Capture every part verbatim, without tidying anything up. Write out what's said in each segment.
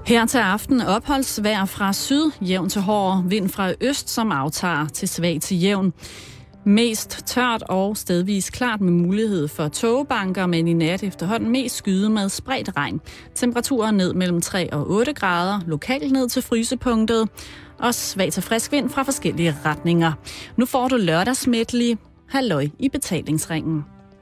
Her til aften opholdsvejr fra syd, jævn til hård, vind fra øst, som aftager til svag til jævn. Mest tørt og stedvis klart med mulighed for tågebanker, men i nat efterhånden mest skyde med spredt regn. Temperaturer ned mellem tre og otte grader, lokalt ned til frysepunktet, og svag til frisk vind fra forskellige retninger. Nu får du lørdagsmedley, halløj i betalingsringen.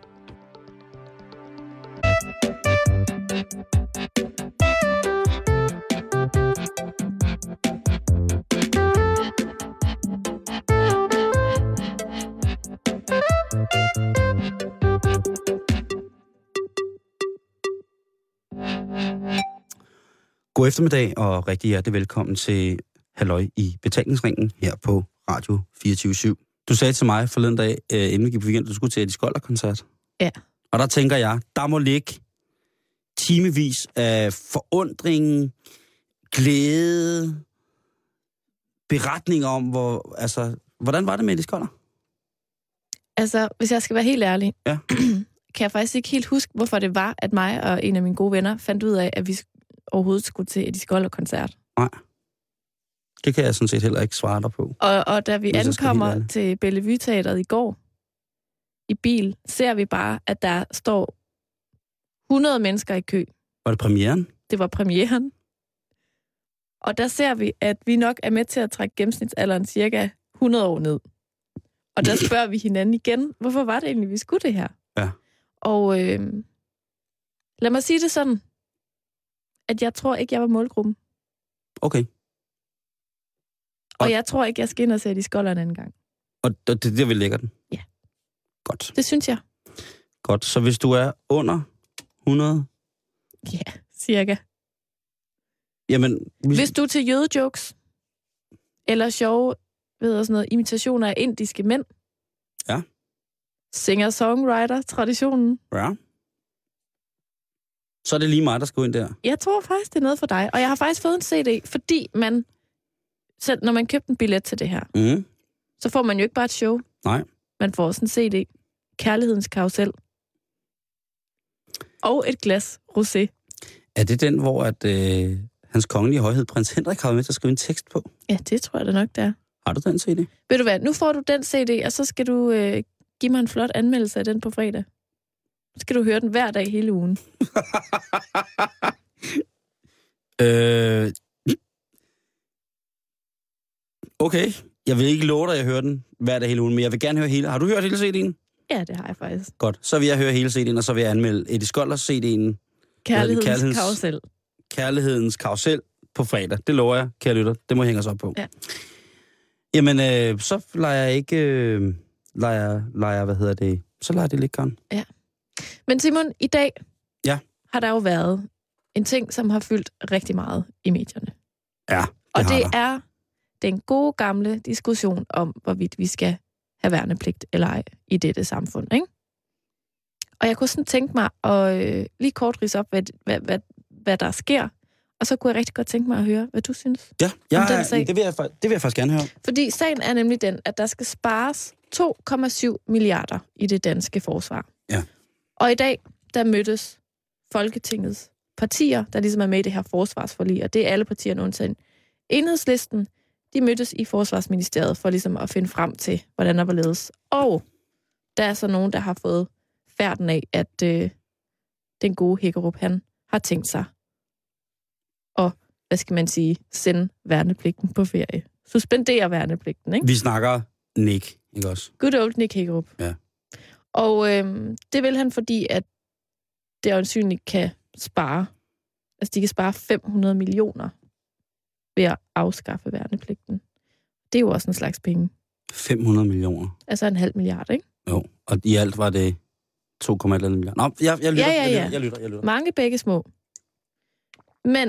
God eftermiddag og rigtig hjertelig velkommen til halløj i betalingsringen her på Radio fireogtyve syv. Du sagde til mig forleden dag, øh, inden vi gik på weekend, at du skulle til Eddie Skoller-koncert. Ja. Og der tænker jeg, der må ligge timevis af forundring, glæde, beretninger om, hvor, altså, hvordan var det med Eddie Skoller? Altså, hvis jeg skal være helt ærlig, ja. kan jeg faktisk ikke helt huske, hvorfor det var, at mig og en af mine gode venner fandt ud af, at vi overhovedet skulle til Eddie Skoller-koncert. Nej. Det kan jeg sådan set heller ikke svare dig på. Og, og da vi ankommer til Bellevue-teatret i går, i bil, ser vi bare, at der står hundrede mennesker i kø. Var det premieren? Det var premieren. Og der ser vi, at vi nok er med til at trække gennemsnitsalderen cirka hundrede år ned. Og der spørger vi hinanden igen, hvorfor var det egentlig, vi skulle det her? Ja. Og øh, lad mig sige det sådan, at jeg tror ikke, jeg var målgruppen. Okay. Og, og jeg tror ikke, jeg skal ind og sætte i Skoller en anden gang. Og det er der, vi lægger den? Ja. Godt. Det synes jeg. Godt. Så hvis du er under hundrede? Ja, cirka. Jamen... Hvis, hvis du er til jødejokes, eller sjove, ved jeg, sådan noget, imitationer af indiske mænd. Ja. Singer-songwriter-traditionen. Ja. Så er det lige mig, der skal gå ind der. Jeg tror faktisk, det er noget for dig. Og jeg har faktisk fået en C D, fordi man... Så når man købte en billet til det her, mm. så får man jo ikke bare et show. Nej. Man får også en C D. Kærlighedens karusel. Og et glas rosé. Er det den, hvor at, øh, hans kongelige højhed, prins Henrik, har været med til at skrive en tekst på? Ja, det tror jeg da nok, det er. Har du den C D? Ved du hvad, nu får du den C D, og så skal du øh, give mig en flot anmeldelse af den på fredag. Så skal du høre den hver dag hele ugen. øh... Okay, jeg vil ikke love dig, at jeg hører den hver dag hele ugen, men jeg vil gerne høre hele. Har du hørt hele C D'en? Ja, det har jeg faktisk. Godt, så vil jeg høre hele C D'en, og så vil jeg anmelde Eddie Skollers C D'en. Kærlighedens, Kærlighedens karusel. Kærlighedens karusel på fredag. Det lover jeg, kære lytter. Det må hænge os op på. Ja. Jamen, øh, så lader jeg ikke... Øh, lader jeg, lader jeg, hvad hedder det? Så lader jeg det ligge gøren. Ja. Men Simon, i dag ja. har der jo været en ting, som har fyldt rigtig meget i medierne. Ja, det Og det der. er den gode gamle diskussion om, hvorvidt vi skal have værnepligt eller ej i dette samfund, ikke? Og jeg kunne sådan tænke mig at øh, lige kort ridse op, hvad, hvad, hvad, hvad der sker, og så kunne jeg rigtig godt tænke mig at høre, hvad du synes. Ja, ja om den sag. Det, vil jeg, det vil jeg faktisk gerne høre. Fordi sagen er nemlig den, at der skal spares to komma syv milliarder i det danske forsvar. Ja. Og i dag, der mødtes Folketingets partier, der ligesom er med i det her forsvarsforlig, og det er alle partierne undtagen Enhedslisten. De mødtes i Forsvarsministeriet for ligesom at finde frem til, hvordan der var ledes. Og der er så nogen, der har fået færden af, at øh, den gode Hækkerup, han har tænkt sig at, hvad skal man sige, sende værnepligten på ferie. Suspendere værnepligten, ikke? Vi snakker Nick, ikke også? Good old Nick Hækkerup. Ja. Og øh, det vil han, fordi at det øjensynligt kan spare, altså de kan spare fem hundrede millioner ved at afskaffe værnepligten. Det er jo også en slags penge. fem hundrede millioner. Altså en halv milliard, ikke? Jo, og i alt var det to komma et milliarder. Nå, jeg, jeg, lytter, ja, ja, ja. Jeg, lytter, jeg lytter, jeg lytter. Mange begge små. Men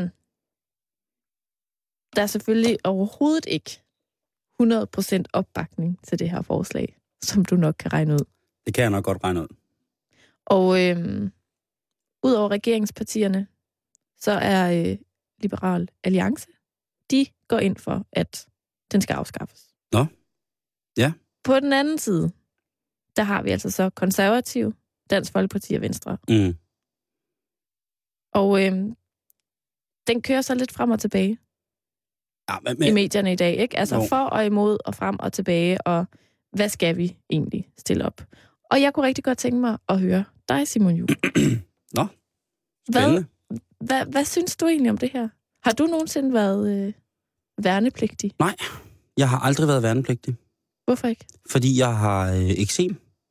der er selvfølgelig overhovedet ikke hundrede procent opbakning til det her forslag, som du nok kan regne ud. Det kan jeg nok godt regne ud. Og øhm, ud over regeringspartierne, så er øh, Liberal Alliance, de går ind for, at den skal afskaffes. Nå, ja. På den anden side, der har vi altså så Konservative, Dansk Folkeparti og Venstre. Mm. Og øhm, den kører så lidt frem og tilbage ja, men, men, i medierne i dag, ikke? Altså jo. for og imod og frem og tilbage, og hvad skal vi egentlig stille op? Og jeg kunne rigtig godt tænke mig at høre dig, Simon Juhl. Nå, spændende. Hvad, hvad, hvad synes du egentlig om det her? Har du nogensinde været øh, værnepligtig? Nej, jeg har aldrig været værnepligtig. Hvorfor ikke? Fordi jeg har øh, eksem.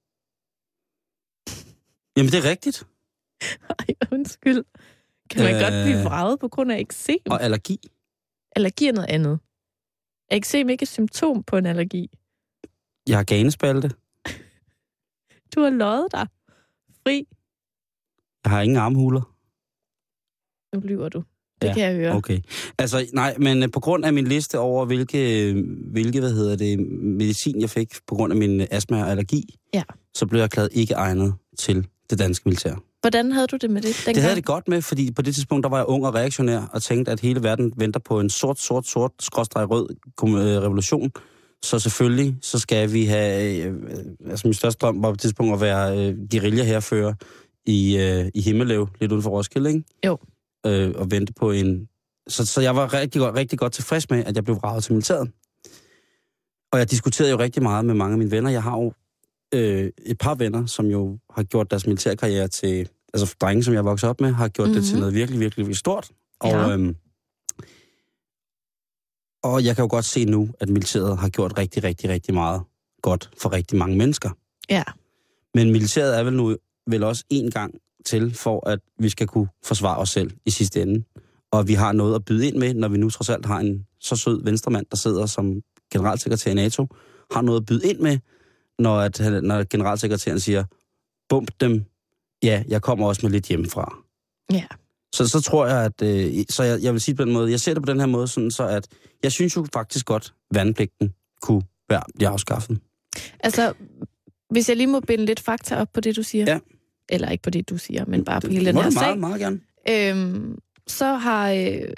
Jamen, det er rigtigt. Ej, undskyld. Kan man øh... godt blive Øh, vraget på grund af eksem? Og allergi. Allergi er noget andet. Er eksem ikke et symptom på en allergi? Jeg har ganespalte. Du har løjet dig fri. Jeg har ingen armhuler. Nu lyver du. Det Ja, kan jeg høre. Okay. Altså, nej, men øh, på grund af min liste over, hvilke, hvilke hvad hedder det, medicin jeg fik på grund af min astma og allergi, Ja. så blev jeg erklæret ikke egnet til det danske militær. Hvordan havde du det med det dengang? Det havde jeg det godt med, fordi på det tidspunkt, der var jeg ung og reaktionær, og tænkte, at hele verden venter på en sort, sort, sort, skråstreg rød revolution. Så selvfølgelig, så skal vi have... Øh, altså, min største drøm var på et tidspunkt at være øh, guerilla-hærfører i, øh, i Himmelev, lidt uden for Roskilde, ikke? Jo. Øh, og vente på en... Så, så jeg var rigtig godt, rigtig godt tilfreds med, at jeg blev vraget til militæret. Og jeg diskuterede jo rigtig meget med mange af mine venner. Jeg har jo øh, et par venner, som jo har gjort deres militærkarriere til... Altså drenge, som jeg voksede op med, har gjort mm-hmm. det til noget virkelig, virkelig, virkelig stort. Og, Ja. øhm, og jeg kan jo godt se nu, at militæret har gjort rigtig, rigtig, rigtig meget godt for rigtig mange mennesker. Ja. Men militæret er vel nu vel også en gang til, for at vi skal kunne forsvare os selv i sidste ende. Og vi har noget at byde ind med, når vi nu trods alt har en så sød venstremand, der sidder som generalsekretær i NATO, har noget at byde ind med, når, at, når generalsekretæren siger, bump dem, ja, jeg kommer også med lidt hjemmefra. Ja. Så, så tror jeg, at øh, så jeg, jeg vil sige på den måde, jeg ser det på den her måde, sådan så at jeg synes jo faktisk godt, værnepligten kunne være blive afskaffet. Altså, hvis jeg lige må binde lidt fakta op på det, du siger. Ja. Eller ikke på det, du siger, men bare på Det hele den må her du meget, sag. meget gerne. Øhm, så har øh,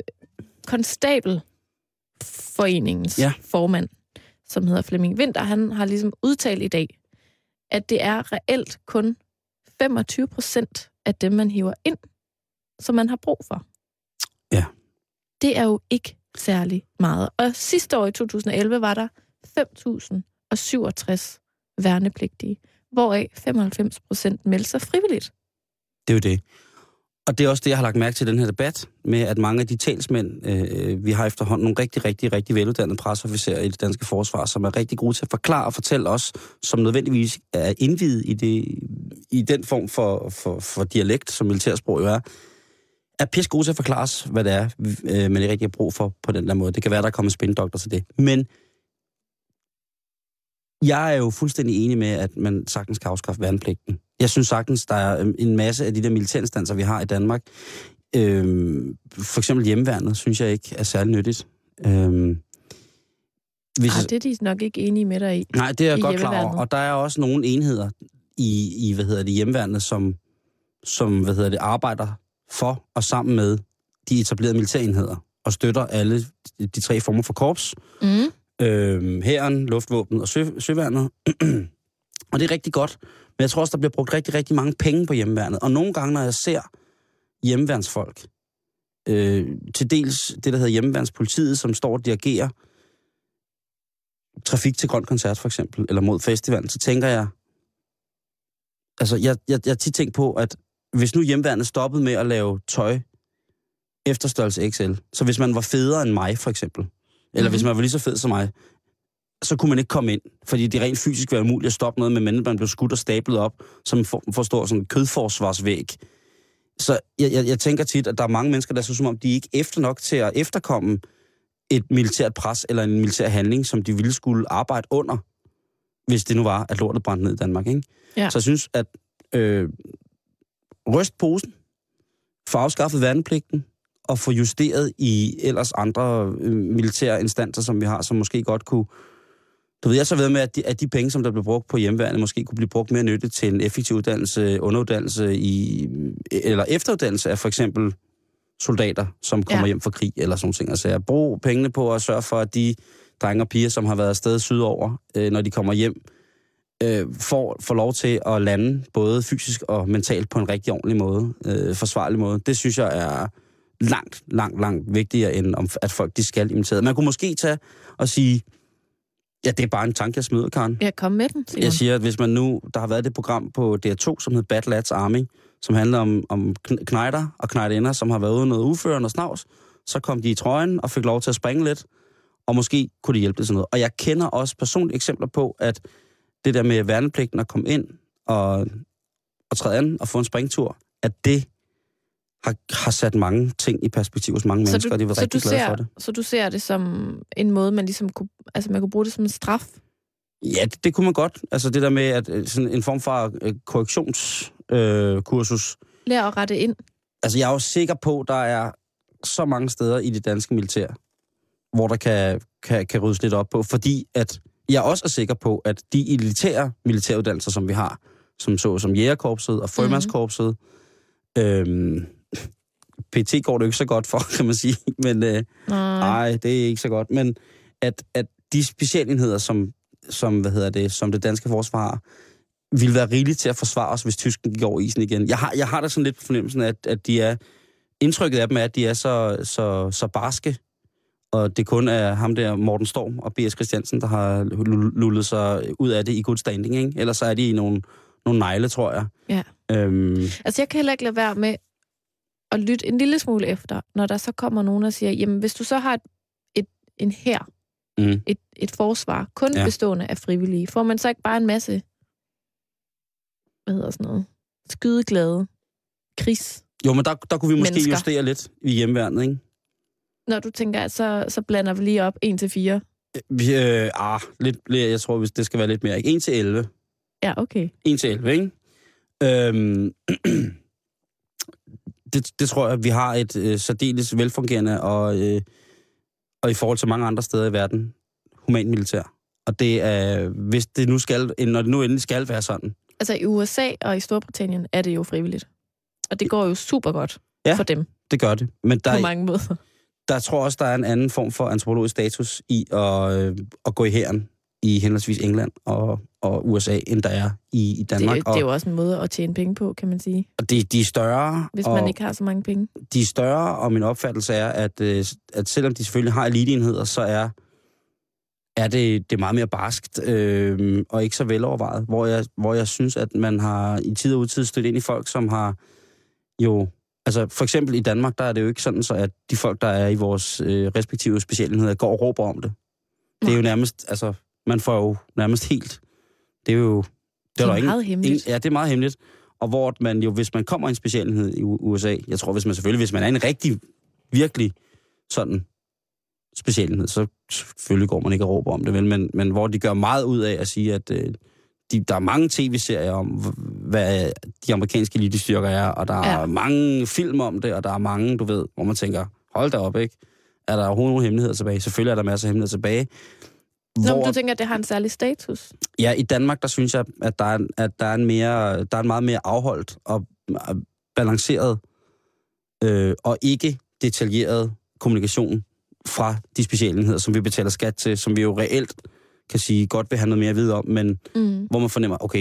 Konstabelforeningens Ja. formand, som hedder Flemming Winther, han har ligesom udtalt i dag, at det er reelt kun femogtyve procent af dem, man hiver ind, som man har brug for. Ja. Det er jo ikke særlig meget. Og sidste år i to tusind og elleve var der fem tusind syvogtres værnepligtige, hvoraf femoghalvfems procent meldte sig frivilligt. Det er jo det. Og det er også det, jeg har lagt mærke til i den her debat, med at mange af de talsmænd, øh, vi har efterhånden nogle rigtig, rigtig, rigtig veluddannede presseofficerer i det danske forsvar, som er rigtig gode til at forklare og fortælle os, som nødvendigvis er indviet i, det, i den form for, for, for dialekt, som militærsprog jo er, er pisse gode til at forklare os, hvad det er, øh, man rigtig har brug for på den der måde. Det kan være, der kommer spindoktor til det. Men jeg er jo fuldstændig enig med, at man sagtens kan afskaffe værnepligten. Jeg synes sagtens, der er en masse af de der militærinstanser, vi har i Danmark. Øhm, for eksempel hjemmeværnet, synes jeg ikke er særlig nyttigt. Øhm, hvis Ej, det er de nok ikke enige med dig i. Nej, det er jeg i godt klar over. hjemmeværnet. Og der er også nogle enheder i, i hvad hedder det, hjemmeværnet, som, som hvad hedder det, arbejder for og sammen med de etablerede militærenheder og støtter alle de tre former for korps. Mm. Øh, hæren, luftvåbnet og sø, søværnet. Og det er rigtig godt. Men jeg tror også, der bliver brugt rigtig, rigtig mange penge på hjemmeværnet. Og nogle gange, når jeg ser hjemmeværnsfolk, øh, til dels det, der hedder hjemmeværnspolitiet, som står og dirigerer trafik til Grøn Koncert for eksempel, eller mod festivalen, så tænker jeg, altså jeg, jeg, jeg har tit tænkt på, at hvis nu hjemmeværnet stoppede med at lave tøj efter størrelse X L, så hvis man var federe end mig for eksempel, eller mm-hmm. hvis man var lige så fed som mig, så kunne man ikke komme ind, fordi det rent fysisk var umuligt at stoppe noget, med man blev skudt og stablet op, som for, forstår sådan en kødforsvarsvæg. Så jeg, jeg, jeg tænker tit, at der er mange mennesker, der synes, som om de ikke er efter nok til at efterkomme et militært pres eller en militær handling, som de ville skulle arbejde under, hvis det nu var, at lortet brændte ned i Danmark. Ikke? Ja. Så jeg synes, at øh, ryst posen, få afskaffet værnepligten, og få justeret i ellers andre øh, militære instanser, som vi har, som måske godt kunne... Du ved, jeg så ved med, at de, at de penge, som der blev brugt på hjemmeværnet, måske kunne blive brugt mere nyttigt til en effektiv uddannelse, underuddannelse i, eller efteruddannelse af for eksempel soldater, som kommer ja. hjem fra krig eller sådan ting. Altså, jeg bruger pengene på at sørge for, at de drenge og piger, som har været afsted sydover, øh, når de kommer hjem, øh, får, får lov til at lande både fysisk og mentalt på en rigtig ordentlig måde, øh, forsvarlig måde. Det synes jeg er langt, langt, langt vigtigere, end om, at folk de skal imiteres. Man kunne måske tage og sige, ja, det er bare en tanke, jeg smider, Karen. Ja, kom med den, Simon. Jeg siger, at hvis man nu, der har været det program på D R to, som hedder Bad Lads Army, som handler om, om knejder og knejderinder, som har været ude noget uføre og snavs, så kom de i trøjen og fik lov til at springe lidt, og måske kunne det hjælpe det sådan noget. Og jeg kender også personlige eksempler på, at det der med værnepligten at komme ind og, og træde an og få en springtur, at det har, har sat mange ting i perspektiv hos mange så mennesker, du, og de var så rigtig du glade ser, for det. Så du ser det som en måde, man ligesom kunne, altså man kunne bruge det som en straf? Ja, det, det kunne man godt. Altså det der med, at sådan en form for øh, korrektionskursus. Øh, Lær at rette ind. Altså jeg er jo sikker på, at der er så mange steder i det danske militær, hvor der kan, kan, kan ryddes lidt op på, fordi at jeg også er sikker på, at de elitære militæruddannelser, som vi har, som så som jægerkorpset og frømandskorpset, mm. øhm, P T går det jo ikke så godt for, kan man sige, men øh, nej, det er ikke så godt, men at, at de specialenheder, som, som, hvad hedder det, som det danske forsvar har, ville være rigeligt til at forsvare os, hvis tysken gik over isen igen. Jeg har, jeg har da sådan lidt på fornemmelsen, at, at de er, indtrykket af dem er, at de er så, så, så barske, og det kun er ham der, Morten Storm og B S Christiansen, der har lullet sig ud af det i good standing, ikke? Ellers så er de i nogle, nogle negle, tror jeg. Ja. Øhm. Altså, jeg kan heller ikke lade være med at lytte en lille smule efter, når der så kommer nogen og siger, jamen, hvis du så har et, et, en hær, mm. et, et forsvar, kun ja. bestående af frivillige, får man så ikke bare en masse, hvad hedder sådan noget, skydeglade, krigs. Jo, men der, der kunne vi måske mennesker. Justere lidt i hjemmeværnet, ikke? Når du tænker, at så, så blander vi lige op en til fire. Vi, øh, ah, lidt, jeg tror, det skal være lidt mere, ikke? en til elleve. Ja, okay. en til elleve, ikke? Øhm, det, det tror jeg, vi har et øh, særdeles velfungerende og, øh, og i forhold til mange andre steder i verden, human militær. Og det er, hvis det nu skal, når det nu endelig skal være sådan. Altså i U S A og i Storbritannien er det jo frivilligt. Og det går jo super godt ja, for dem. Det gør det. Men der, på mange måder. Der tror også, der er en anden form for antropologisk status i at, øh, at gå i hæren i henholdsvis England og, og U S A, end der er i, i Danmark. Det, det er jo også en måde at tjene penge på, kan man sige. Og de, de er større. Hvis man ikke har så mange penge. De er større, og min opfattelse er, at, at selvom de selvfølgelig har eliteenheder, så er, er det, det er meget mere barskt øh, og ikke så velovervejet. Hvor jeg, hvor jeg synes, at man har i tid og udtid stødt ind i folk, som har jo... Altså for eksempel i Danmark, der er det jo ikke sådan, så at de folk, der er i vores øh, respektive specialenheder, går og råber om det. Det er jo nærmest, altså, man får jo nærmest helt, det er jo... Det er, det er ingen, meget hemmeligt. Ingen, ja, det er meget hemmeligt. Og hvor man jo, hvis man kommer i en specialenhed i U S A, jeg tror, hvis man selvfølgelig, hvis man er en rigtig, virkelig sådan specialenhed, så selvfølgelig går man ikke og råber om det, vel? Men, men hvor de gør meget ud af at sige, at øh, de, der er mange tv-serier om, hvad de amerikanske elitestyrker er, og der er ja. mange film om det, og der er mange, du ved, hvor man tænker, hold da op, ikke? Er der overhovedet nogle hemmeligheder tilbage? Selvfølgelig er der masser af hemmeligheder tilbage. Nå, hvor, du tænker, at det har en særlig status? Ja, i Danmark, der synes jeg, at der er, at der er, en, mere, der er en meget mere afholdt og balanceret øh, og ikke detaljeret kommunikation fra de specialenheder, som vi betaler skat til, som vi jo reelt kan sige, godt vil have noget mere at vide om, men mm. hvor man fornemmer, okay,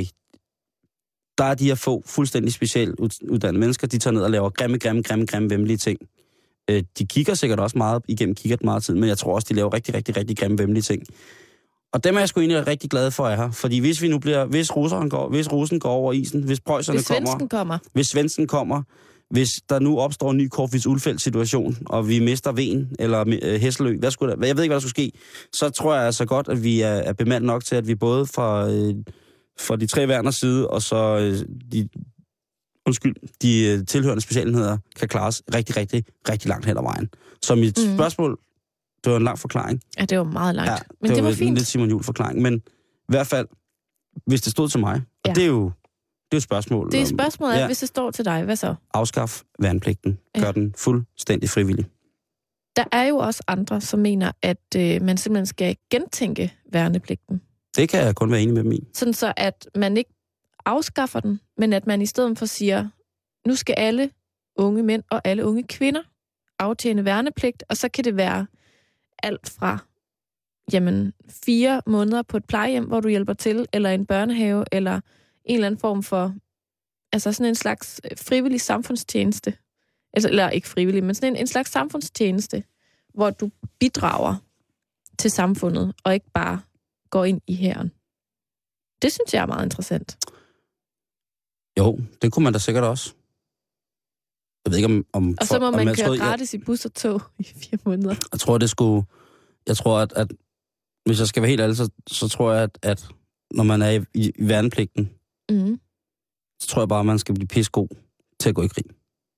der er de her få fuldstændig specielt uddannede mennesker, de tager ned og laver grimme, grimme, grimme, grimme, vemmelige ting. Øh, de kigger sikkert også meget igennem kikkert meget tid, men jeg tror også, de laver rigtig, rigtig, rigtig grimme, vemmelige ting. Og dem er jeg sgu egentlig rigtig glad for at have, fordi hvis vi nu bliver, hvis russeren går, hvis russen går over isen, hvis preusserne hvis kommer, kommer, hvis svensken kommer, hvis der nu opstår en ny Corfitz-Ulfeldt-situation, og vi mister Ven eller øh, Hesselø, hvad skulle der, jeg ved ikke, hvad der skulle ske, så tror jeg altså godt, at vi er, er bemandet nok til, at vi både fra, øh, fra de tre værners side, og så øh, de, undskyld, de øh, tilhørende specialenheder kan klares rigtig, rigtig, rigtig langt hen ad vejen. Så mit mm. spørgsmål, det var en lang forklaring. Ja, det var meget langt, ja, men det, det var, var fint. En lidt Simon Juhl forklaring, men i hvert fald, hvis det stod til mig, ja. og det er jo Det er jo spørgsmål. Det er spørgsmålet, om, ja. hvis det står til dig. Hvad så? Afskaf værnepligten. Gør ja. den fuldstændig frivillig. Der er jo også andre, som mener, at øh, man simpelthen skal gentænke værnepligten. Det kan jeg kun være enig med dem i. Sådan så, at man ikke afskaffer den, men at man i stedet for siger, nu skal alle unge mænd og alle unge kvinder aftjene værnepligt, og så kan det være alt fra jamen, fire måneder på et plejehjem, hvor du hjælper til, eller en børnehave, eller en eller anden form for, altså sådan en slags frivillig samfundstjeneste, Altså, eller ikke frivillig, men sådan en, en slags samfundstjeneste, hvor du bidrager til samfundet, og ikke bare går ind i hæren. Det synes jeg er meget interessant. Jo, det kunne man da sikkert også. Jeg ved ikke om... om og så må for, man om, køre tror, gratis jeg, i bus og tog i fire måneder. Jeg tror, det skulle... Jeg tror, at, at hvis jeg skal være helt ærlig, så, så tror jeg, at, at når man er i, i, i værnepligten, mm. så tror jeg bare, at man skal blive pissegod til at gå i krig.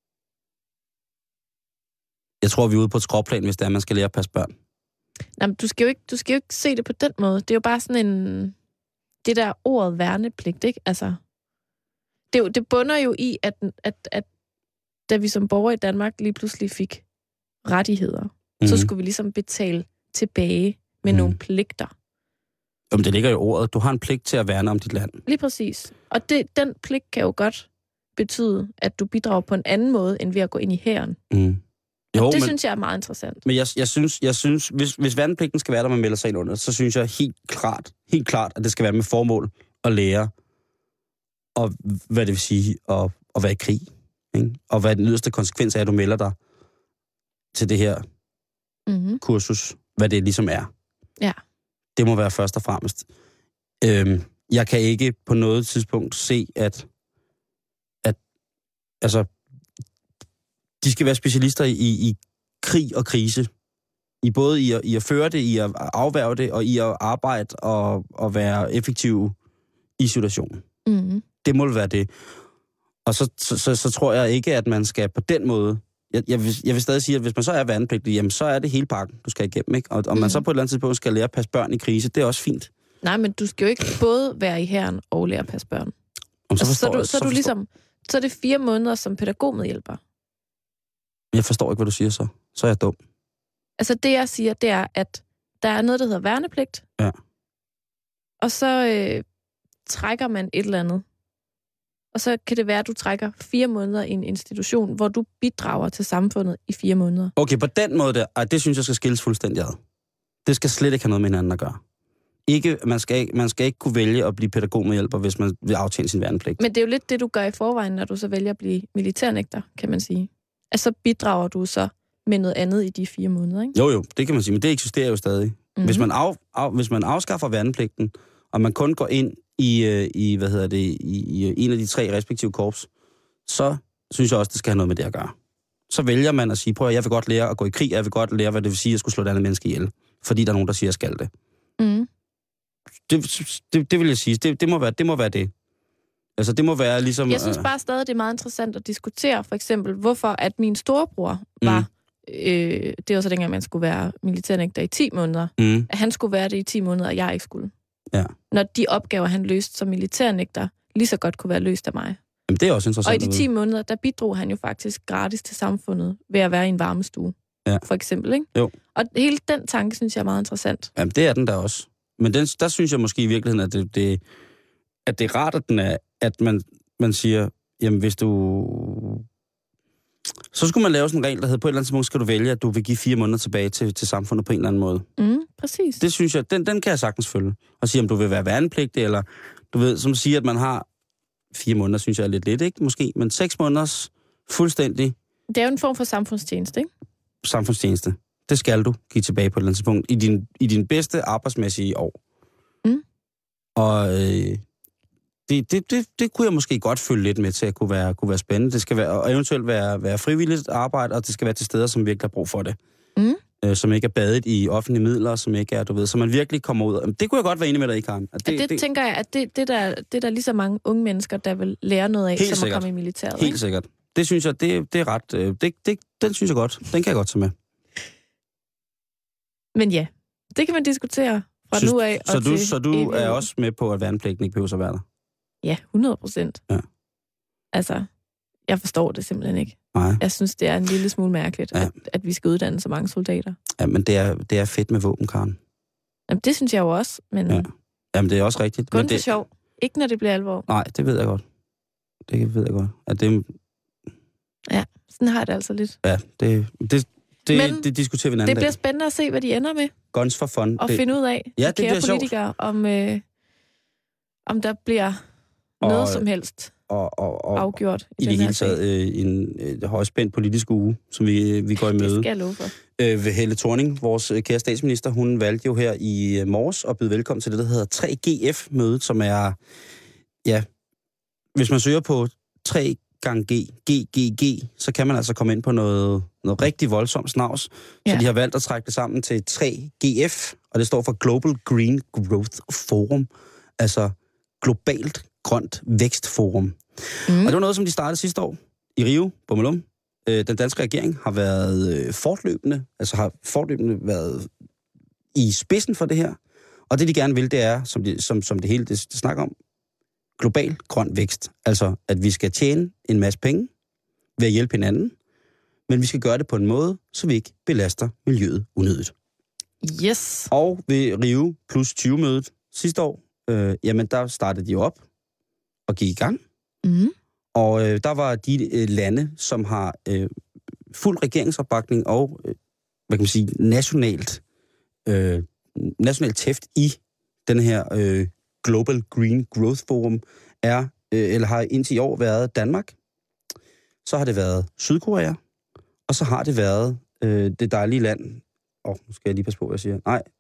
Jeg tror, vi er ude på et skråplan, hvis det er, man skal lære at passe børn. Nej, men du skal, jo ikke, du skal jo ikke se det på den måde. Det er jo bare sådan en... Det der ordet værnepligt, ikke? Altså... Det, jo, det bunder jo i, at, at, at da vi som borgere i Danmark lige pludselig fik rettigheder, mm. så skulle vi ligesom betale tilbage med mm. nogle pligter. Jamen, det ligger i ordet. Du har en pligt til at værne om dit land. Lige præcis. Og det, den pligt kan jo godt betyde, at du bidrager på en anden måde, end ved at gå ind i hæren. Mm. Jo, og det men, synes jeg er meget interessant. Men jeg, jeg synes, jeg synes hvis, hvis værnepligten skal være der, man melder sig ind under, så synes jeg helt klart, helt klart, at det skal være med formål at lære, og hvad det vil sige at, at være i krig. Ikke? Og hvad den yderste konsekvens er, at du melder dig til det her mm-hmm. kursus, hvad det ligesom er. Ja. Det må være først og fremmest. Øhm, jeg kan ikke på noget tidspunkt se, at, at altså, de skal være specialister i, i krig og krise. I både i at, i at føre det, i at afværge det, og i at arbejde og, og være effektiv i situationen. Mm-hmm. Det må være det. Og så, så, så, så tror jeg ikke, at man skal på den måde... Jeg, jeg, vil, jeg vil stadig sige, at hvis man så er værnepligtig, jamen så er det hele pakken, du skal igennem, ikke? Og om mm. man så på et eller andet tidspunkt skal lære at passe børn i krise, det er også fint. Nej, men du skal jo ikke både være i hæren og lære at passe børn. Om, så, altså, forstår, så, du, så, så, så du ligesom... Så er det fire måneder som pædagogmedhjælper. Jeg forstår ikke, hvad du siger så. Så er jeg dum. Altså det, jeg siger, det er, at der er noget, der hedder værnepligt. Ja. Og så øh, trækker man et eller andet. Og så kan det være, at du trækker fire måneder i en institution, hvor du bidrager til samfundet i fire måneder. Okay, på den måde der, ej, det synes jeg skal skilles fuldstændig ad. Det skal slet ikke have noget med hinanden at gøre. Ikke, man, skal ikke, man skal ikke kunne vælge at blive pædagogmedhjælper, hvis man vil aftjene sin værnepligt. Men det er jo lidt det, du gør i forvejen, når du så vælger at blive militærnægter, kan man sige. Altså så bidrager du så med noget andet i de fire måneder, ikke? Jo, jo, det kan man sige, men det eksisterer jo stadig. Mm-hmm. Hvis, man af, af, hvis man afskaffer værnepligten, og man kun går ind i, i hvad hedder det, i, i en af de tre respektive korps, så synes jeg også, det skal have noget med det at gøre. Så vælger man at sige, prøv at jeg vil godt lære at gå i krig, jeg vil godt lære, hvad det vil sige, at jeg skulle slå et andet menneske ihjel, fordi der er nogen, der siger, at jeg skal det. Mm. Det, det, det vil jeg sige, det, det, må være, det må være det. Altså, det må være ligesom... Jeg synes bare stadig, det er meget interessant at diskutere, for eksempel, hvorfor at min storebror var... Mm. Øh, det var så dengang, man skulle være militærnægter i ti måneder. Mm. At han skulle være det i ti måneder, og jeg ikke skulle. Ja. Når de opgaver, han løste som militærnægter, lige så godt kunne være løst af mig. Jamen, det er også interessant. Og i de ti måneder, der bidrog han jo faktisk gratis til samfundet ved at være i en varmestue. Ja. For eksempel, ikke? Jo. Og hele den tanke, synes jeg er meget interessant. Jamen, det er den der også. Men den, der synes jeg måske i virkeligheden, at det, det, at det er rart, at, den er, at man, man siger, jamen hvis du... Så skulle man lave sådan en regel, der hedder, på et eller andet tidspunkt skal du vælge, at du vil give fire måneder tilbage til, til samfundet på en eller anden måde. Mm, præcis. Det synes jeg, den, den kan jeg sagtens følge. Og sige, om du vil være værnepligtig, eller du ved, som siger, at man har fire måneder, synes jeg er lidt lidt, ikke? Måske, men seks måneders fuldstændig... Det er jo en form for samfundstjeneste, ikke? Samfundstjeneste. Det skal du give tilbage på et eller andet tidspunkt i din, i din bedste arbejdsmæssige år. Mm. Og øh, det, det, det, det kunne jeg måske godt følge lidt med til at kunne være, kunne være spændende. Det skal være, og eventuelt være, være frivilligt arbejde, og det skal være til steder, som virkelig har brug for det. Mm. Øh, som ikke er badet i offentlige midler, som ikke er, du ved, så man virkelig kommer ud. Det kunne jeg godt være enig med dig i, Karen. At det, det, det tænker jeg, at det, det, der, det der er lige så mange unge mennesker, der vil lære noget af, Helt som sikkert. at komme i militæret. Helt ikke? sikkert. Det synes jeg, det, det er ret... Øh, det, det, den synes jeg godt. Den kan jeg godt tage med. Men ja, det kan man diskutere fra Synes, nu af. så og du, til så du evighed. er også med på, at værnepligten ikke behøver at være der? Ja, hundrede procent. Ja. Altså, jeg forstår det simpelthen ikke. Nej. Jeg synes, det er en lille smule mærkeligt, Ja. at, at vi skal uddanne så mange soldater. Ja, men det er, det er fedt med våben, Karen. Jamen, det synes jeg jo også, men Ja. Jamen, det er også rigtigt. kun men for det, sjov. Ikke når det bliver alvor. Nej, det ved jeg godt. Det ved jeg godt. At det, Ja, sådan har jeg det altså lidt. ja, det, det, det, Men det diskuterer vi en anden Det bliver dag. spændende at se, hvad de ender med. Guns for fun. Og det, finde ud af, Ja, de det kære bliver sjovt. politikere, om, øh, om der bliver Og- noget som helst og, og, og afgjort i, i det hele taget øh, en øh, højspændt politisk uge, som vi, vi går i møde. Det skal jeg love for. Øh, ved Helle Thorning, vores øh, kære statsminister, hun valgte jo her i øh, morges at byde velkommen til det, der hedder tre G F-mødet, som er, ja, hvis man søger på tre gange G, G, G, G, så kan man altså komme ind på noget, noget rigtig voldsomt snavs. Ja. Så de har valgt at trække det sammen til tre G F, og det står for Global Green Growth Forum, altså Globalt Grønt Vækstforum. Mm. Og det var noget, som de startede sidste år i Rio, Bommelum. Den danske regering har været fortløbende, altså har fortløbende været i spidsen for det her. Og det, de gerne vil, det er, som, de, som, som det hele det, det snakker om, global grøn vækst. Altså, at vi skal tjene en masse penge ved at hjælpe hinanden, men vi skal gøre det på en måde, så vi ikke belaster miljøet unødigt. Yes. Og ved Rio plus tyve-mødet sidste år, øh, jamen der startede de op og gik i gang. Mm. Og øh, der var de øh, lande, som har øh, fuld regeringsopbakning og, øh, hvad kan man sige, nationalt, øh, nationalt tæft i den her øh, Global Green Growth Forum, er, øh, eller har indtil i år været Danmark. Så har det været Sydkorea, og så har det været øh, det dejlige land, åh, oh, nu skal jeg lige passe på, hvad jeg siger, nej,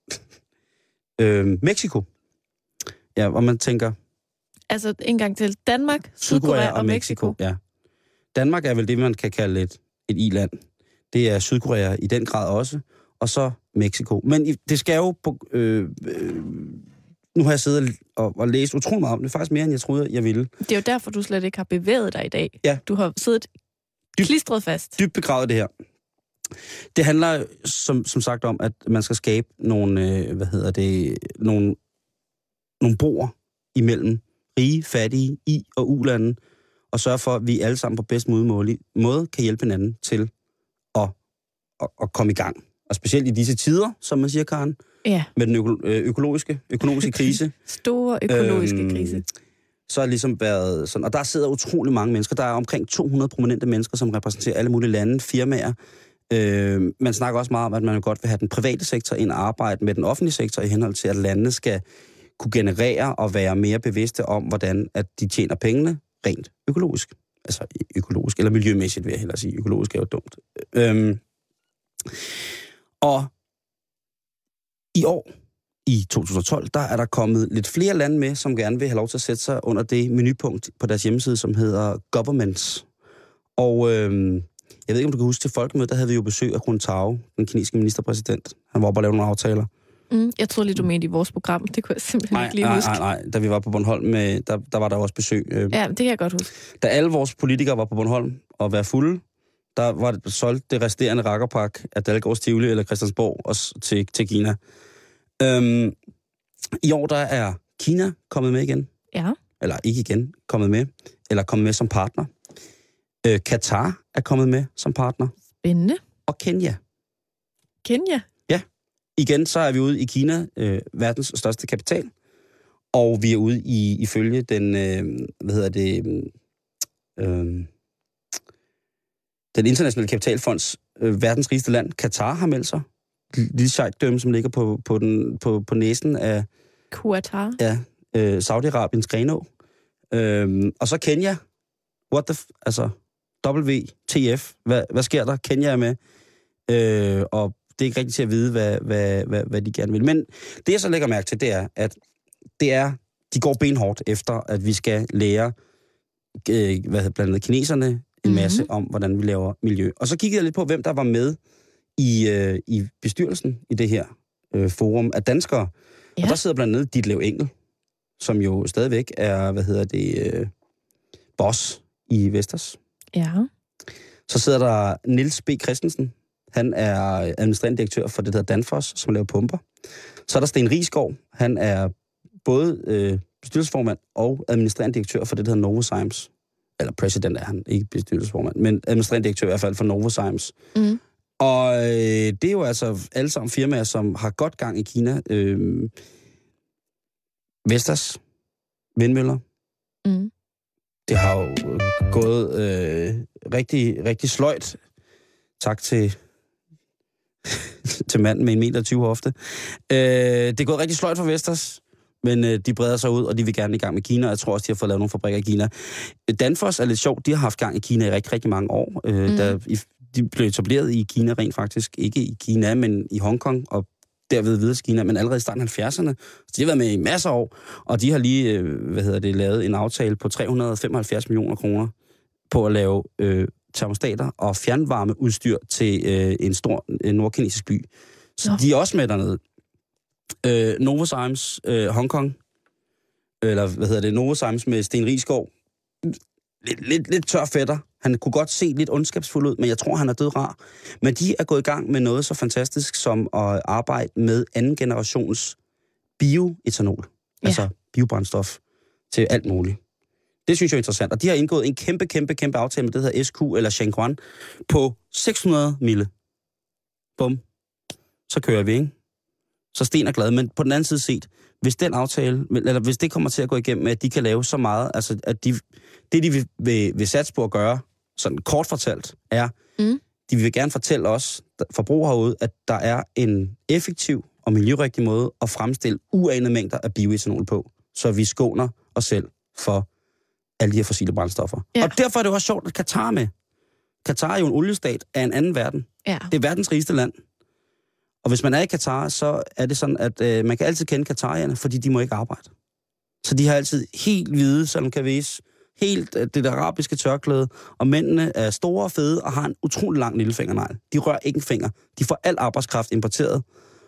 øh, Mexico. Ja, hvor man tænker... Altså en gang til. Danmark, Sydkorea, Sydkorea og, og Mexico. Mexico. Ja. Danmark er vel det, man kan kalde et, et i-land. Det er Sydkorea i den grad også, og så Mexico. Men det skal jo... På, øh, øh, nu har jeg siddet og, og læst utrolig meget om det. Faktisk mere, end jeg troede, jeg ville. Det er jo derfor, du slet ikke har bevæget dig i dag. Ja. Du har siddet dyb, klistret fast. Dybt begravet det her. Det handler som, som sagt om, at man skal skabe nogle, øh, hvad hedder det, nogle, nogle broer imellem rige, fattige, i- og u-lande, og sørge for, at vi alle sammen på bedst mulig måde kan hjælpe hinanden til at, at, at komme i gang. Og specielt i disse tider, som man siger, Karen, ja. Med den øko- økologiske, økonomiske krise. Store økologiske øhm, krise. Så har det ligesom været sådan, og der sidder utrolig mange mennesker. Der er omkring to hundrede prominente mennesker, som repræsenterer alle mulige lande, firmaer. Øh, man snakker også meget om, at man godt vil have den private sektor ind og arbejde med den offentlige sektor i henhold til, at landene skal kunne generere og være mere bevidste om, hvordan at de tjener pengene rent økologisk. Altså økologisk, eller miljømæssigt vil jeg hellere sige. Økologisk er jo dumt. Øhm, og i år, i to tusind og tolv, der er der kommet lidt flere lande med, som gerne vil have lov til at sætte sig under det menupunkt på deres hjemmeside, som hedder Governments. Og øhm, jeg ved ikke, om du kan huske, til folkemødet, der havde vi jo besøg af Hun Tao, den kinesiske ministerpræsident. Han var oppe og lavede nogle aftaler. Mm, jeg troede lige, du mente i vores program. Det kunne jeg simpelthen nej, ikke lige nej, huske. Nej, nej, da vi var på Bornholm, med, der, der var der også besøg. Ja, det kan jeg godt huske. Da alle vores politikere var på Bornholm og var fulde, der var det solgt det resterende rakkerpak af Dalgårds Tivoli eller Christiansborg også til, til Kina. Øhm, I år der er Kina kommet med igen. Ja. Eller ikke igen, kommet med. Eller kommet med som partner. Øh, Katar er kommet med som partner. Spændende. Og Kenya. Kenya? Ja. Igen, så er vi ude i Kina, øh, verdens største kapital. Og vi er ude i ifølge den, øh, hvad hedder det, øh, den internationale kapitalfonds øh, verdens rigeste land, Katar, har meldt sig. Lille scheikdømme, som ligger på, på, den, på, på næsen af Qatar. Ja, øh, Saudi-Arabiens Grenå. Øh, og så Kenya. What the f- altså, W T F. Hvad, hvad sker der? Kenya er med. Øh, og det er ikke rigtigt til at vide, hvad, hvad, hvad, hvad de gerne vil. Men det, jeg så lægger mærke til, det er, at det er, de går benhårdt efter, at vi skal lære øh, hvad, blandt andet kineserne en masse mm-hmm. om, hvordan vi laver miljø. Og så kiggede jeg lidt på, hvem der var med i, øh, i bestyrelsen i det her øh, forum af danskere. Ja. Og der sidder blandt andet Ditlev Engel, som jo stadigvæk er, hvad hedder det, øh, boss i Vestas. Ja. Så sidder der Niels B. Christensen. Han er administrerende direktør for det, der hedder Danfoss, som laver pumper. Så er der Sten Rigsgaard. Han er både øh, bestyrelsesformand og administrerende direktør for det, der hedder Novozymes. Eller president er han, ikke bestyrelsesformand, men administrerende direktør i hvert fald for Novozymes. Mm. Og øh, det er jo altså alle sammen firmaer, som har godt gang i Kina. Øh, Vestas, vindmøller. Mm. Det har jo gået øh, rigtig, rigtig sløjt. Tak til, til manden med en meter tyve hofte. Øh, det er gået rigtig sløjt for Vestas. Men øh, de breder sig ud, og de vil gerne i gang med Kina. Jeg tror også, de har fået lavet nogle fabrikker i Kina. Danfoss er lidt sjovt. De har haft gang i Kina i rigtig, rigtig mange år. Øh, mm. der, i, de blev etableret i Kina rent faktisk. Ikke i Kina, men i Hongkong, og derved videre til Kina, men allerede i starten af halvfjerdserne. Så de har været med i masser af år, og de har lige, øh, hvad hedder det, lavet en aftale på tre hundrede og femoghalvfjerds millioner kroner på at lave øh, termostater og fjernvarmeudstyr til øh, en stor en nordkinesisk by. Så Nå. de er også med dernede. Øh, Novozymes, øh, Hongkong, eller hvad hedder det, Novozymes med Sten Riisgaard. Lidt, lidt, lidt tør fætter. Han kunne godt se lidt ondskabsfuld ud, men jeg tror, han er død rar. Men de er gået i gang med noget så fantastisk som at arbejde med anden generations bioetanol. Ja. Altså biobrændstof til alt muligt. Det synes jeg er interessant. Og de har indgået en kæmpe, kæmpe, kæmpe aftale med det her S Q eller Shengguan på seks hundrede mille. Bum. Så kører vi, ikke? Så Sten er glad. Men på den anden side set, hvis den aftale, eller hvis det kommer til at gå igennem, at de kan lave så meget, altså at de, det de vil, vil, vil satse på at gøre, sådan kort fortalt, er, mm. de vil gerne fortælle os, forbrugere herude, at der er en effektiv og miljørigtig måde at fremstille uanede mængder af bioetanol på, så vi skåner os selv for alle de her fossile brændstoffer. Ja. Og derfor er det også sjovt, at Katar er med. Katar er jo en oliestat af en anden verden. Ja. Det er verdens rigeste land. Og hvis man er i Katar, så er det sådan, at øh, man kan altid kende katarierne, fordi de må ikke arbejde. Så de har altid helt hvide, som kan vise, helt øh, det der arabiske tørklæde, og mændene er store og fede og har en utrolig lang lillefingernegl. De rører ikke en finger. De får al arbejdskraft importeret.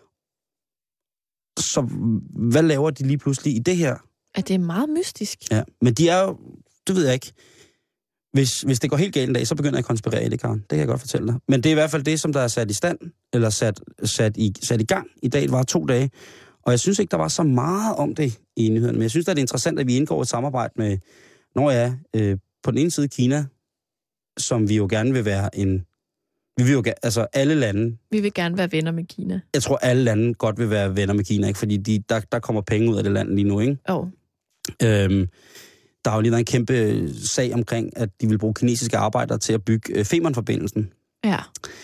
Så hvad laver de lige pludselig i det her? At det er meget mystisk. Ja, men de er jo, det ved jeg ikke. Hvis, hvis det går helt galt en dag, så begynder jeg at konspirere i det, Karen. Det kan jeg godt fortælle dig. Men det er i hvert fald det, som der er sat i stand, eller sat, sat, i, sat i gang i dag. Det var to dage. Og jeg synes ikke, der var så meget om det i nyhederne. Men jeg synes, det er interessant, at vi indgår et samarbejde med, når jeg øh, på den ene side Kina, som vi jo gerne vil være en... Vi vil jo gerne, altså alle lande... Vi vil gerne være venner med Kina. Jeg tror, alle lande godt vil være venner med Kina, ikke? Fordi de, der, der kommer penge ud af det land lige nu, ikke? Jo. Oh. Øhm, Der har jo lige været en kæmpe sag omkring, at de vil bruge kinesiske arbejdere til at bygge øh, Femern-forbindelsen. Ja.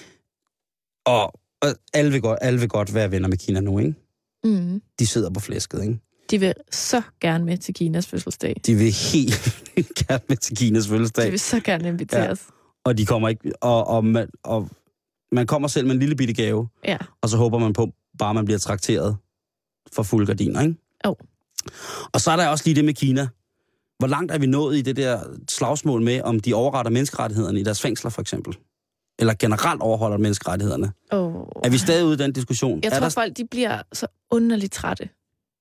Og, og alle, vil godt, alle vil godt være venner med Kina nu, ikke? Mm. De sidder på flæsket, ikke? De vil så gerne med til Kinas fødselsdag. De vil helt gerne med til Kinas fødselsdag. De vil så gerne inviteres. Ja. Og de kommer ikke... Og, og, man, og man kommer selv med en lille bitte gave, ja. Og så håber man på, bare man bliver trakteret for fuld gardiner, ikke? Jo. Og så er der også lige det med Kina. Hvor langt er vi nået i det der slagsmål med, om de overretter menneskerettighederne i deres fængsler, for eksempel? Eller generelt overholder menneskerettighederne? Oh. Er vi stadig ude i den diskussion? Jeg er tror, der... folk de bliver så underligt trætte,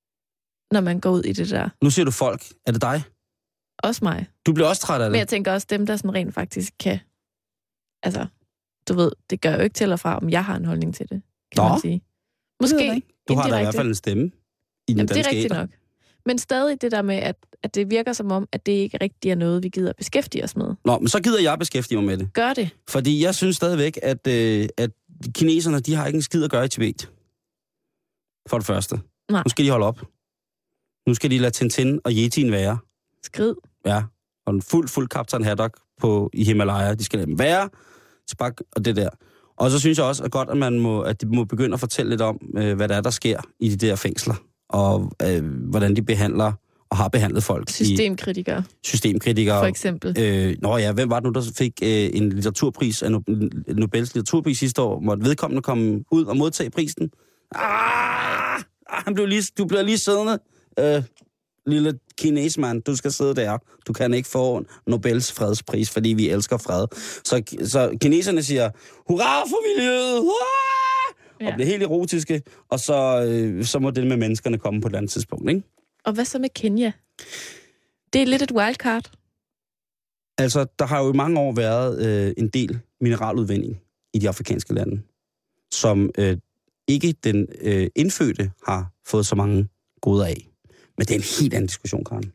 når man går ud i det der. Nu siger du folk. Er det dig? Også mig. Du bliver også træt af det? Men jeg tænker også, dem, der sådan rent faktisk kan... Altså, du ved, det gør jo ikke til og fra, om jeg har en holdning til det, kan Nå. man sige. Måske Du har da i hvert fald en stemme i den Jamen, danske det er rigtigt æter. nok. Men stadig det der med, at, at det virker som om, at det ikke rigtig er noget, vi gider beskæftige os med. Nå, men så gider jeg beskæftige mig med det. Gør det. Fordi jeg synes stadigvæk, at, øh, at kineserne, de har ikke en skid at gøre i Tibet. For det første. Nej. Nu skal de holde op. Nu skal de lade Tintin og Yetien være. Skrid. Ja, og en fuld, fuld Kaptajn Haddock på, i Himalaya. De skal lade dem være. Spak og det der. Og så synes jeg også, at godt, at man må, at de må begynde at fortælle lidt om, øh, hvad der er, der sker i de der fængsler. Og øh, hvordan de behandler og har behandlet folk. Systemkritikere. Systemkritikere. For eksempel. Øh, nå ja, hvem var det nu, der fik øh, en litteraturpris, en Nobels litteraturpris sidste år? Måtte vedkommende komme ud og modtage prisen? Ah, han blev lige, du bliver lige siddende. Øh, lille kinesmand, du skal sidde der. Du kan ikke få Nobels fredspris, fordi vi elsker fred. Så, så kineserne siger, hurra for miljøet! Hurra! Ja. Og bliver helt erotiske, og så, øh, så må det med menneskerne komme på et andet tidspunkt, ikke? Og hvad så med Kenya? Det er lidt et wildcard. Altså, der har jo i mange år været øh, en del mineraludvinding i de afrikanske lande, som øh, ikke den øh, indfødte har fået så mange goder af. Men det er en helt anden diskussion, Karen.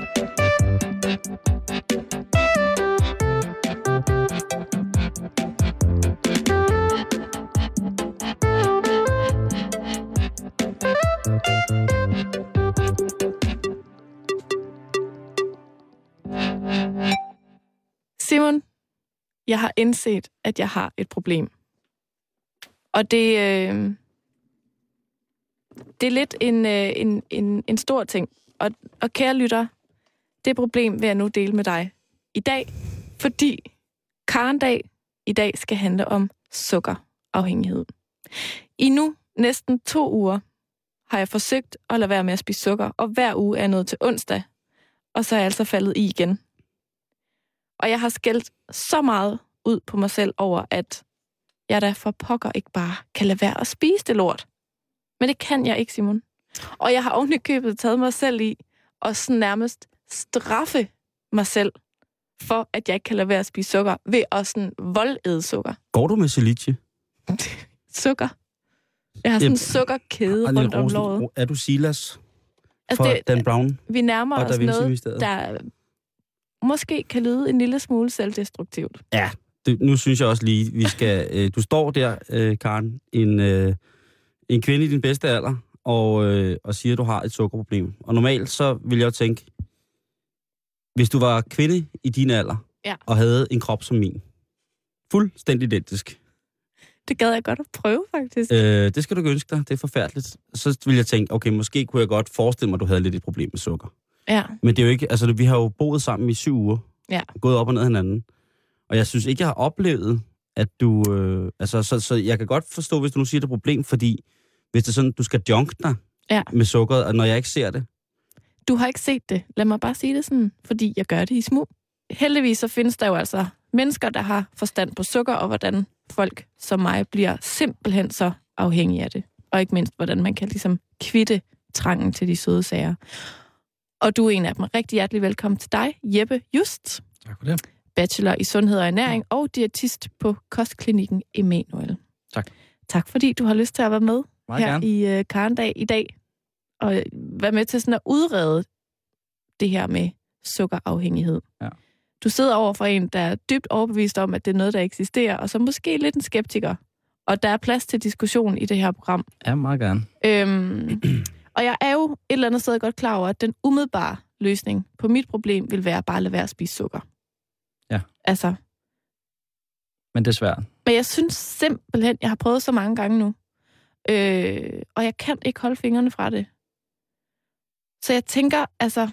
Simon, jeg har indset, at jeg har et problem. Og det, øh, det er lidt en, øh, en, en, en stor ting. Og, og kære lytter, det problem vil jeg nu dele med dig i dag, fordi Karendag i dag skal handle om sukkerafhængighed. I nu næsten to uger har jeg forsøgt at lade være med at spise sukker, og hver uge er jeg nået til onsdag, og så er jeg altså faldet i igen. Og jeg har skældt så meget ud på mig selv over, at jeg da for pokker ikke bare kan lade være at spise det lort. Men det kan jeg ikke, Simon. Og jeg har oven i købet taget mig selv i, og sådan nærmest straffe mig selv, for at jeg ikke kan lade være at spise sukker, ved at sådan voldæde sukker. Går du med silice? Sukker. Jeg har sådan en sukkerkæde Arlene rundt om Rosen, låret. Er du Silas Altså for det, Dan Brown? Vi nærmer og os Da Vinci noget, Mysteriet? der måske kan lyde en lille smule selvdestruktivt. Ja, det, nu synes jeg også lige, vi skal... Øh, du står der, øh, Karen, en, øh, en kvinde i din bedste alder, og, øh, og siger, at du har et sukkerproblem. Og normalt så vil jeg jo tænke, hvis du var kvinde i din alder, ja. og havde en krop som min, fuldstændig identisk. Det gad jeg godt at prøve, faktisk. Øh, det skal du ikke ønske dig, det er forfærdeligt. Så vil jeg tænke, okay, måske kunne jeg godt forestille mig, at du havde lidt et problem med sukker. Ja. Men det er jo ikke, altså vi har jo boet sammen i syv uger, ja. gået op og ned hinanden. Og jeg synes ikke, jeg har oplevet, at du... Øh, altså, så, så jeg kan godt forstå, hvis du nu siger, det er et problem, fordi hvis det er sådan, du skal junke dig ja. med sukkeret, og når jeg ikke ser det. Du har ikke set det. Lad mig bare sige det sådan, fordi jeg gør det i små. Heldigvis så findes der jo altså mennesker, der har forstand på sukker, og hvordan folk som mig bliver simpelthen så afhængige af det. Og ikke mindst, hvordan man kan ligesom kvitte trangen til de søde sager. Og du er en af dem. Rigtig hjertelig velkommen til dig, Jeppe Just. Tak for det. Bachelor i sundhed og ernæring og diætist på kostklinikken Emanuel. Tak. Tak fordi du har lyst til at være med Meget her gerne. i uh, Karendag i dag. Og være med til sådan at udrede det her med sukkerafhængighed. Ja. Du sidder over for en, der er dybt overbevist om, at det er noget, der eksisterer, og så måske lidt en skeptiker. Og der er plads til diskussion i det her program. Ja, meget gerne. Øhm, og jeg er jo et eller andet sted godt klar over, at den umiddelbare løsning på mit problem vil være bare at lade være at spise sukker. Ja. Altså. Men det er svært. Men jeg synes simpelthen, jeg har prøvet så mange gange nu. Øh, og jeg kan ikke holde fingrene fra det. Så jeg tænker, altså,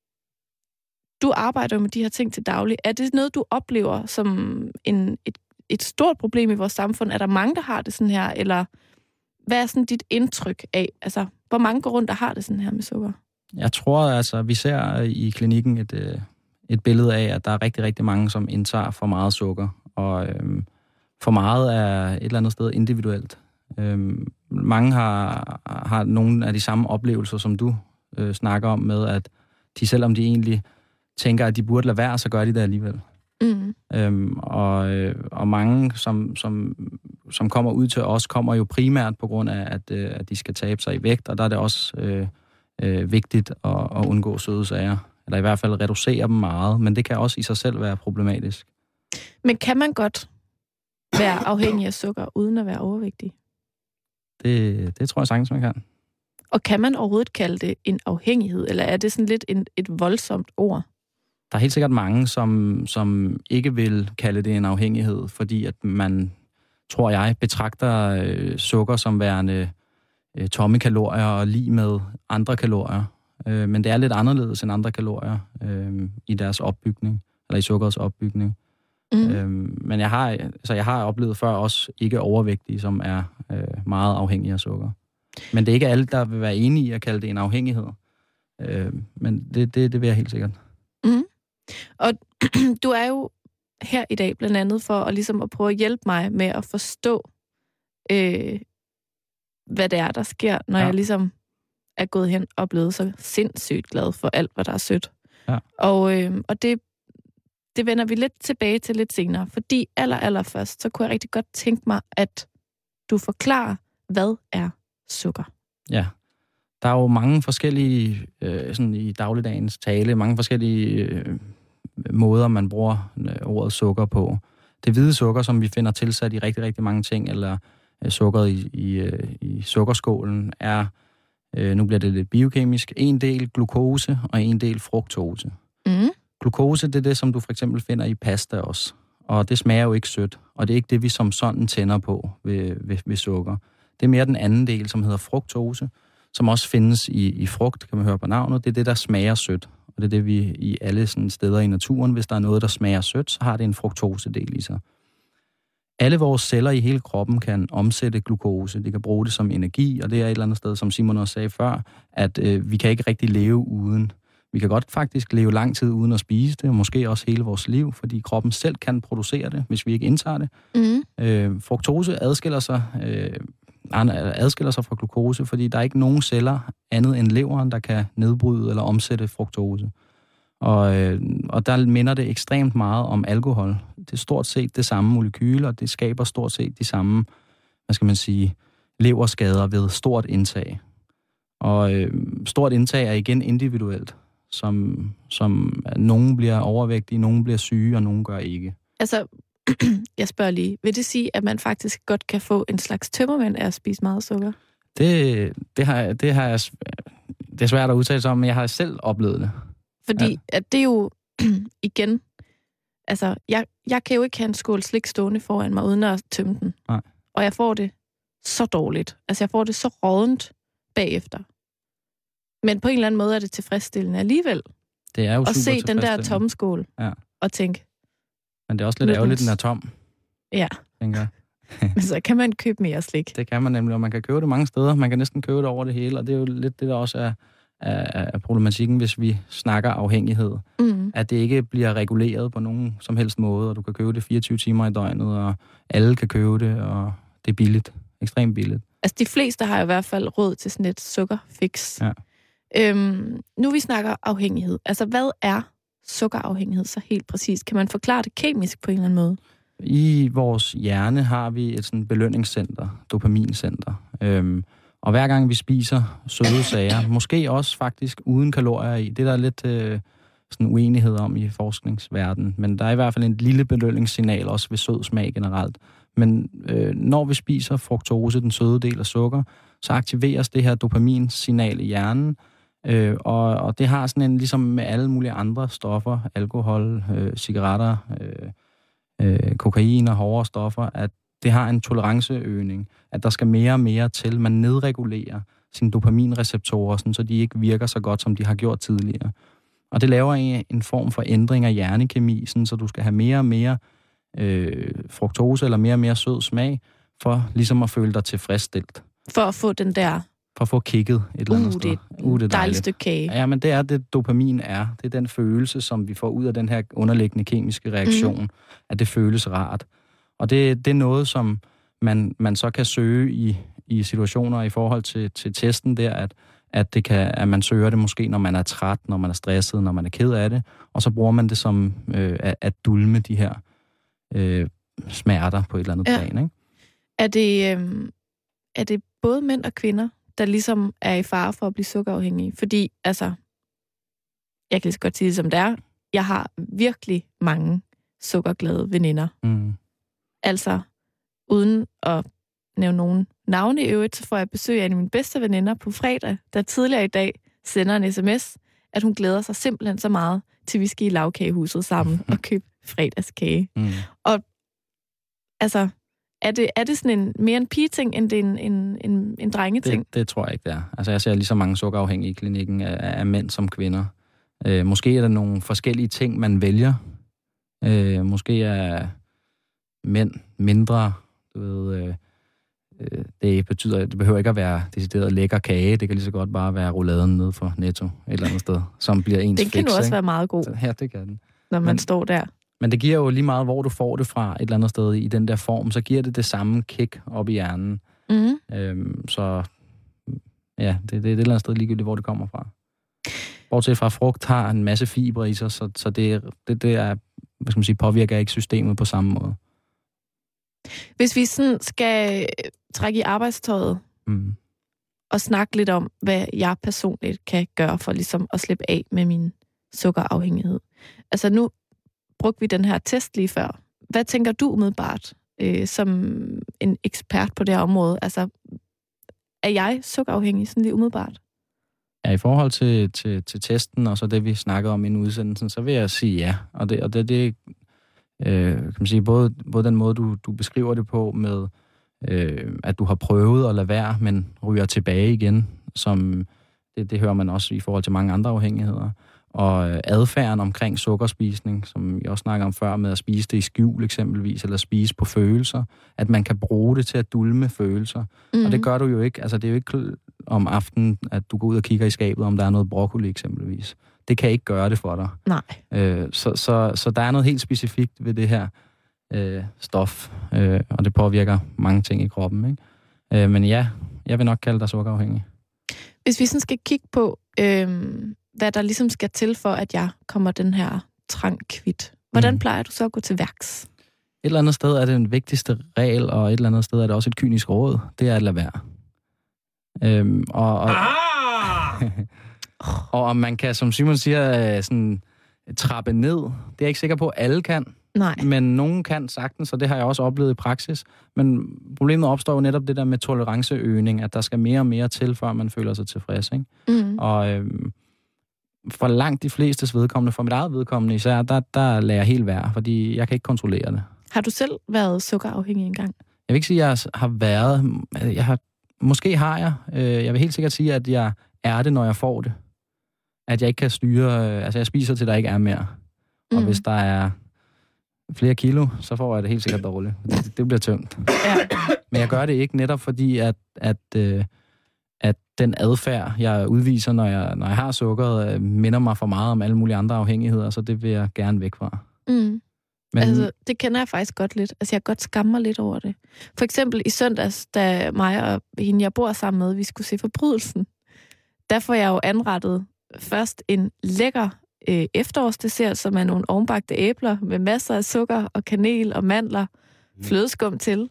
du arbejder jo med de her ting til daglig. Er det noget, du oplever som en, et, et stort problem i vores samfund? Er der mange, der har det sådan her? Eller hvad er sådan dit indtryk af? Altså, hvor mange går rundt, der har det sådan her med sukker? Jeg tror, altså, vi ser i klinikken et, et billede af, at der er rigtig, rigtig mange, som indtager for meget sukker. Og øhm, for meget er et eller andet sted individuelt. Øhm, mange har, har nogle af de samme oplevelser, som du øh, snakker om med, at de selvom de egentlig tænker, at de burde lade være, så gør de det alligevel. Mm. Øhm, og, øh, og mange, som, som, som kommer ud til os, kommer jo primært på grund af, at, øh, at de skal tabe sig i vægt, og der er det også øh, øh, vigtigt at, at undgå søde sager, eller i hvert fald reducere dem meget, men det kan også i sig selv være problematisk. Men kan man godt være afhængig af sukker, uden at være overvægtig? Det, det tror jeg sagtens, man kan. Og kan man overhovedet kalde det en afhængighed, eller er det sådan lidt en, et voldsomt ord? Der er helt sikkert mange, som, som ikke vil kalde det en afhængighed, fordi at man, tror jeg, betragter øh, sukker som værende øh, tomme kalorier og lige med andre kalorier. Øh, men det er lidt anderledes end andre kalorier øh, i deres opbygning, eller i sukkerets opbygning. Mm. Øh, men jeg har, altså jeg har oplevet før også ikke overvægtige, som er øh, meget afhængige af sukker. Men det er ikke alle, der vil være enige i at kalde det en afhængighed. Øh, men det, det, det vil jeg helt sikkert. Mm. Og du er jo her i dag blandt andet for at, ligesom at prøve at hjælpe mig med at forstå, øh, hvad det er, der sker, når ja. jeg ligesom er gået hen og blevet så sindssygt glad for alt, hvad der er sødt. Ja. Og, øh, og det, det vender vi lidt tilbage til lidt senere, fordi aller, aller først, så kunne jeg rigtig godt tænke mig, at du forklarer, hvad er sukker? Ja, der er jo mange forskellige, øh, sådan i dagligdagens tale, mange forskellige øh, måder, man bruger øh, ordet sukker på. Det hvide sukker, som vi finder tilsat i rigtig, rigtig mange ting, eller øh, sukkeret i, i, øh, i sukkerskålen, er, øh, nu bliver det lidt biokemisk, en del glukose og en del fruktose. Mm. Glukose, det er det, som du for eksempel finder i pasta også. Og det smager jo ikke sødt, og det er ikke det, vi som sådan tænder på ved, ved, ved sukker. Det er mere den anden del, som hedder fruktose, som også findes i, i frugt, kan man høre på navnet. Det er det, der smager sødt. Og det er det, vi i alle sådan steder i naturen, hvis der er noget, der smager sødt, så har det en fruktosedel i sig. Alle vores celler i hele kroppen kan omsætte glukose. De kan bruge det som energi, og det er et eller andet sted, som Simon også sagde før, at øh, vi kan ikke rigtig leve uden. Vi kan godt faktisk leve lang tid uden at spise det, og måske også hele vores liv, fordi kroppen selv kan producere det, hvis vi ikke indtager det. Mm. Øh, fruktose adskiller sig, øh, adskiller sig fra glukose, fordi der er ikke nogen celler andet end leveren, der kan nedbryde eller omsætte fruktose. Og, øh, og der minder det ekstremt meget om alkohol. Det er stort set det samme molekyle, og det skaber stort set de samme, hvad skal man sige, leverskader ved stort indtag. Og øh, stort indtag er igen individuelt, som, som nogen bliver overvægtige, nogen bliver syge, og nogen gør ikke. Altså, jeg spørger lige, vil det sige, at man faktisk godt kan få en slags tømmermænd af at spise meget sukker? Det, det, har, det, har jeg, det er svært at udtale sig om, men jeg har selv oplevet det. Fordi ja. At det er jo, igen, altså, jeg, jeg kan jo ikke have en skål slik stående foran mig, uden at tømme den. Nej. Og jeg får det så dårligt. Altså, jeg får det så rådent bagefter. Men på en eller anden måde er det tilfredsstillende alligevel. Det er jo at se den der tomme skål ja. Og tænke... Men det er også lidt ærgerligt, den er tom. Ja. Tænker jeg. Men så kan man købe mere slik. Det kan man nemlig, og man kan købe det mange steder. Man kan næsten købe det over det hele, og det er jo lidt det, der også er... af problematikken, hvis vi snakker afhængighed. Mm. At det ikke bliver reguleret på nogen som helst måde, og du kan købe det fireogtyve timer i døgnet, og alle kan købe det, og det er billigt. Ekstremt billigt. Altså, de fleste har i hvert fald råd til sådan et sukkerfix. Ja. Øhm, nu vi snakker afhængighed. Altså, hvad er sukkerafhængighed så helt præcis? Kan man forklare det kemisk på en eller anden måde? I vores hjerne har vi et sådan belønningscenter, dopamincenter. Øhm, Og hver gang vi spiser søde sager, måske også faktisk uden kalorier i, det er der lidt øh, sådan uenighed om i forskningsverdenen, men der er i hvert fald en lille belønningssignal også ved sød smag generelt. Men øh, når vi spiser fruktose, den søde del af sukker, så aktiveres det her dopaminsignal i hjernen, øh, og, og det har sådan en, ligesom med alle mulige andre stoffer, alkohol, øh, cigaretter, øh, øh, kokain og hårde stoffer, at det har en toleranceøgning, at der skal mere og mere til. Man nedregulerer sine dopaminreceptorer, sådan, så de ikke virker så godt, som de har gjort tidligere. Og det laver en, en form for ændring af hjernekemi, sådan, så du skal have mere og mere øh, fruktose eller mere og mere sød smag, for ligesom at føle dig tilfredsstillet. For at få den der... For at få kicket et eller andet uh, sted. Det uh, det er dejligt stykke kage. Ja, men det er det, dopamin er. Det er den følelse, som vi får ud af den her underliggende kemiske reaktion, mm. at det føles rart. Og det, det er noget, som man, man så kan søge i, i situationer i forhold til, til testen der, at, at, det kan, at man søger det måske, når man er træt, når man er stresset, når man er ked af det, og så bruger man det som øh, at, at dulme de her øh, smerter på et eller andet ja. plan. Ikke? Er det, øh, er det både mænd og kvinder, der ligesom er i fare for at blive sukkerafhængige? Fordi, altså, jeg kan lige så godt sige det som det er, jeg har virkelig mange sukkerglade veninder. Mm. Altså, uden at nævne nogen navne i øvrigt, så får jeg besøg af en af mine bedste veninder på fredag, der tidligere i dag sender en sms, at hun glæder sig simpelthen så meget, til vi skal i lavkagehuset sammen og købe fredagskage. Mm. Og altså, er det, er det sådan en, mere en pige-ting, end det er en, en, en, en drenge-ting? Det, det tror jeg ikke, det er. Altså, jeg ser lige så mange sukkerafhængige i klinikken af, af mænd som kvinder. Øh, måske er der nogle forskellige ting, man vælger. Øh, måske er mænd mindre, du ved, øh, øh, det betyder, det behøver ikke at være decideret lækker kage, det kan lige så godt bare være rouladen nede for Netto et eller andet sted, som bliver ens fix. Den kan fix, nu også ikke? være meget god. Så, ja, det kan den. Når man men, står der. Men det giver jo lige meget, hvor du får det fra et eller andet sted i den der form, så giver det det samme kick op i hjernen. Mm. Øhm, så ja, det, det er et eller andet sted ligegyldigt, hvor det kommer fra. Bortset fra frugt har en masse fibre i sig, så, så det, det, det er, hvad skal man sige, påvirker ikke systemet på samme måde. Hvis vi sådan skal trække i arbejdstøjet mm. og snakke lidt om, hvad jeg personligt kan gøre for ligesom at slippe af med min sukkerafhængighed. Altså nu brugte vi den her test lige før. Hvad tænker du umiddelbart øh, som en ekspert på det her område? Altså, er jeg sukkerafhængig sådan lige umiddelbart? Ja, i forhold til, til, til testen og så det, vi snakkede om i udsendelsen, så vil jeg sige ja. Og det, og det, det øh, kan man sige, både, både den måde, du, du beskriver det på med, øh, at du har prøvet at lade være, men ryger tilbage igen, som det, det hører man også i forhold til mange andre afhængigheder. Og adfærden omkring sukkerspisning, som jeg også snakker om før, med at spise det i skjul eksempelvis, eller spise på følelser, at man kan bruge det til at dulme følelser. Mm. Og det gør du jo ikke, altså det er jo ikke om aftenen, at du går ud og kigger i skabet, om der er noget broccoli eksempelvis. Det kan ikke gøre det for dig. Nej. Øh, så, så, så der er noget helt specifikt ved det her øh, stof, øh, og det påvirker mange ting i kroppen, ikke? Øh, men ja, jeg vil nok kalde dig sukkerafhængig. Hvis vi sådan skal kigge på, øh, hvad der ligesom skal til for, at jeg kommer den her trang kvit, hvordan mm. plejer du så at gå til værks? Et eller andet sted er det den vigtigste regel, og et eller andet sted er det også et kynisk råd. Det er at lade være. Øhm, og, og, og om man kan, som Simon siger, sådan trappe ned, det er jeg ikke sikker på, at alle kan. Nej. Men nogen kan sagtens, og det har jeg også oplevet i praksis. Men problemet opstår jo netop det der med toleranceøgning, at der skal mere og mere til, før man føler sig tilfreds. Ikke? Mm. Og øhm, for langt de flestes vedkommende, for mit eget vedkommende især, der, der lader jeg helt være, fordi jeg kan ikke kontrollere det. Har du selv været sukkerafhængig engang? Jeg vil ikke sige, at jeg har været... Jeg har, måske har jeg. Jeg vil helt sikkert sige, at jeg er det, når jeg får det. At jeg ikke kan styre... Altså, jeg spiser til, der ikke er mere. Mm. Og hvis der er flere kilo, så får jeg det helt sikkert dårligt. Det, det bliver tyndt. Ja. Men jeg gør det ikke netop fordi, at, at, at den adfærd, jeg udviser, når jeg, når jeg har sukkeret, minder mig for meget om alle mulige andre afhængigheder, så det vil jeg gerne væk fra. Mm. Men... Altså, det kender jeg faktisk godt lidt. Altså, jeg kan godt skamme mig lidt over det. For eksempel i søndags, da mig og hende, jeg bor sammen med, vi skulle se Forbrydelsen, der får jeg jo anrettet først en lækker øh, efterårsdessert, som er nogle ovenbagte æbler med masser af sukker og kanel og mandler, mm. flødeskum til.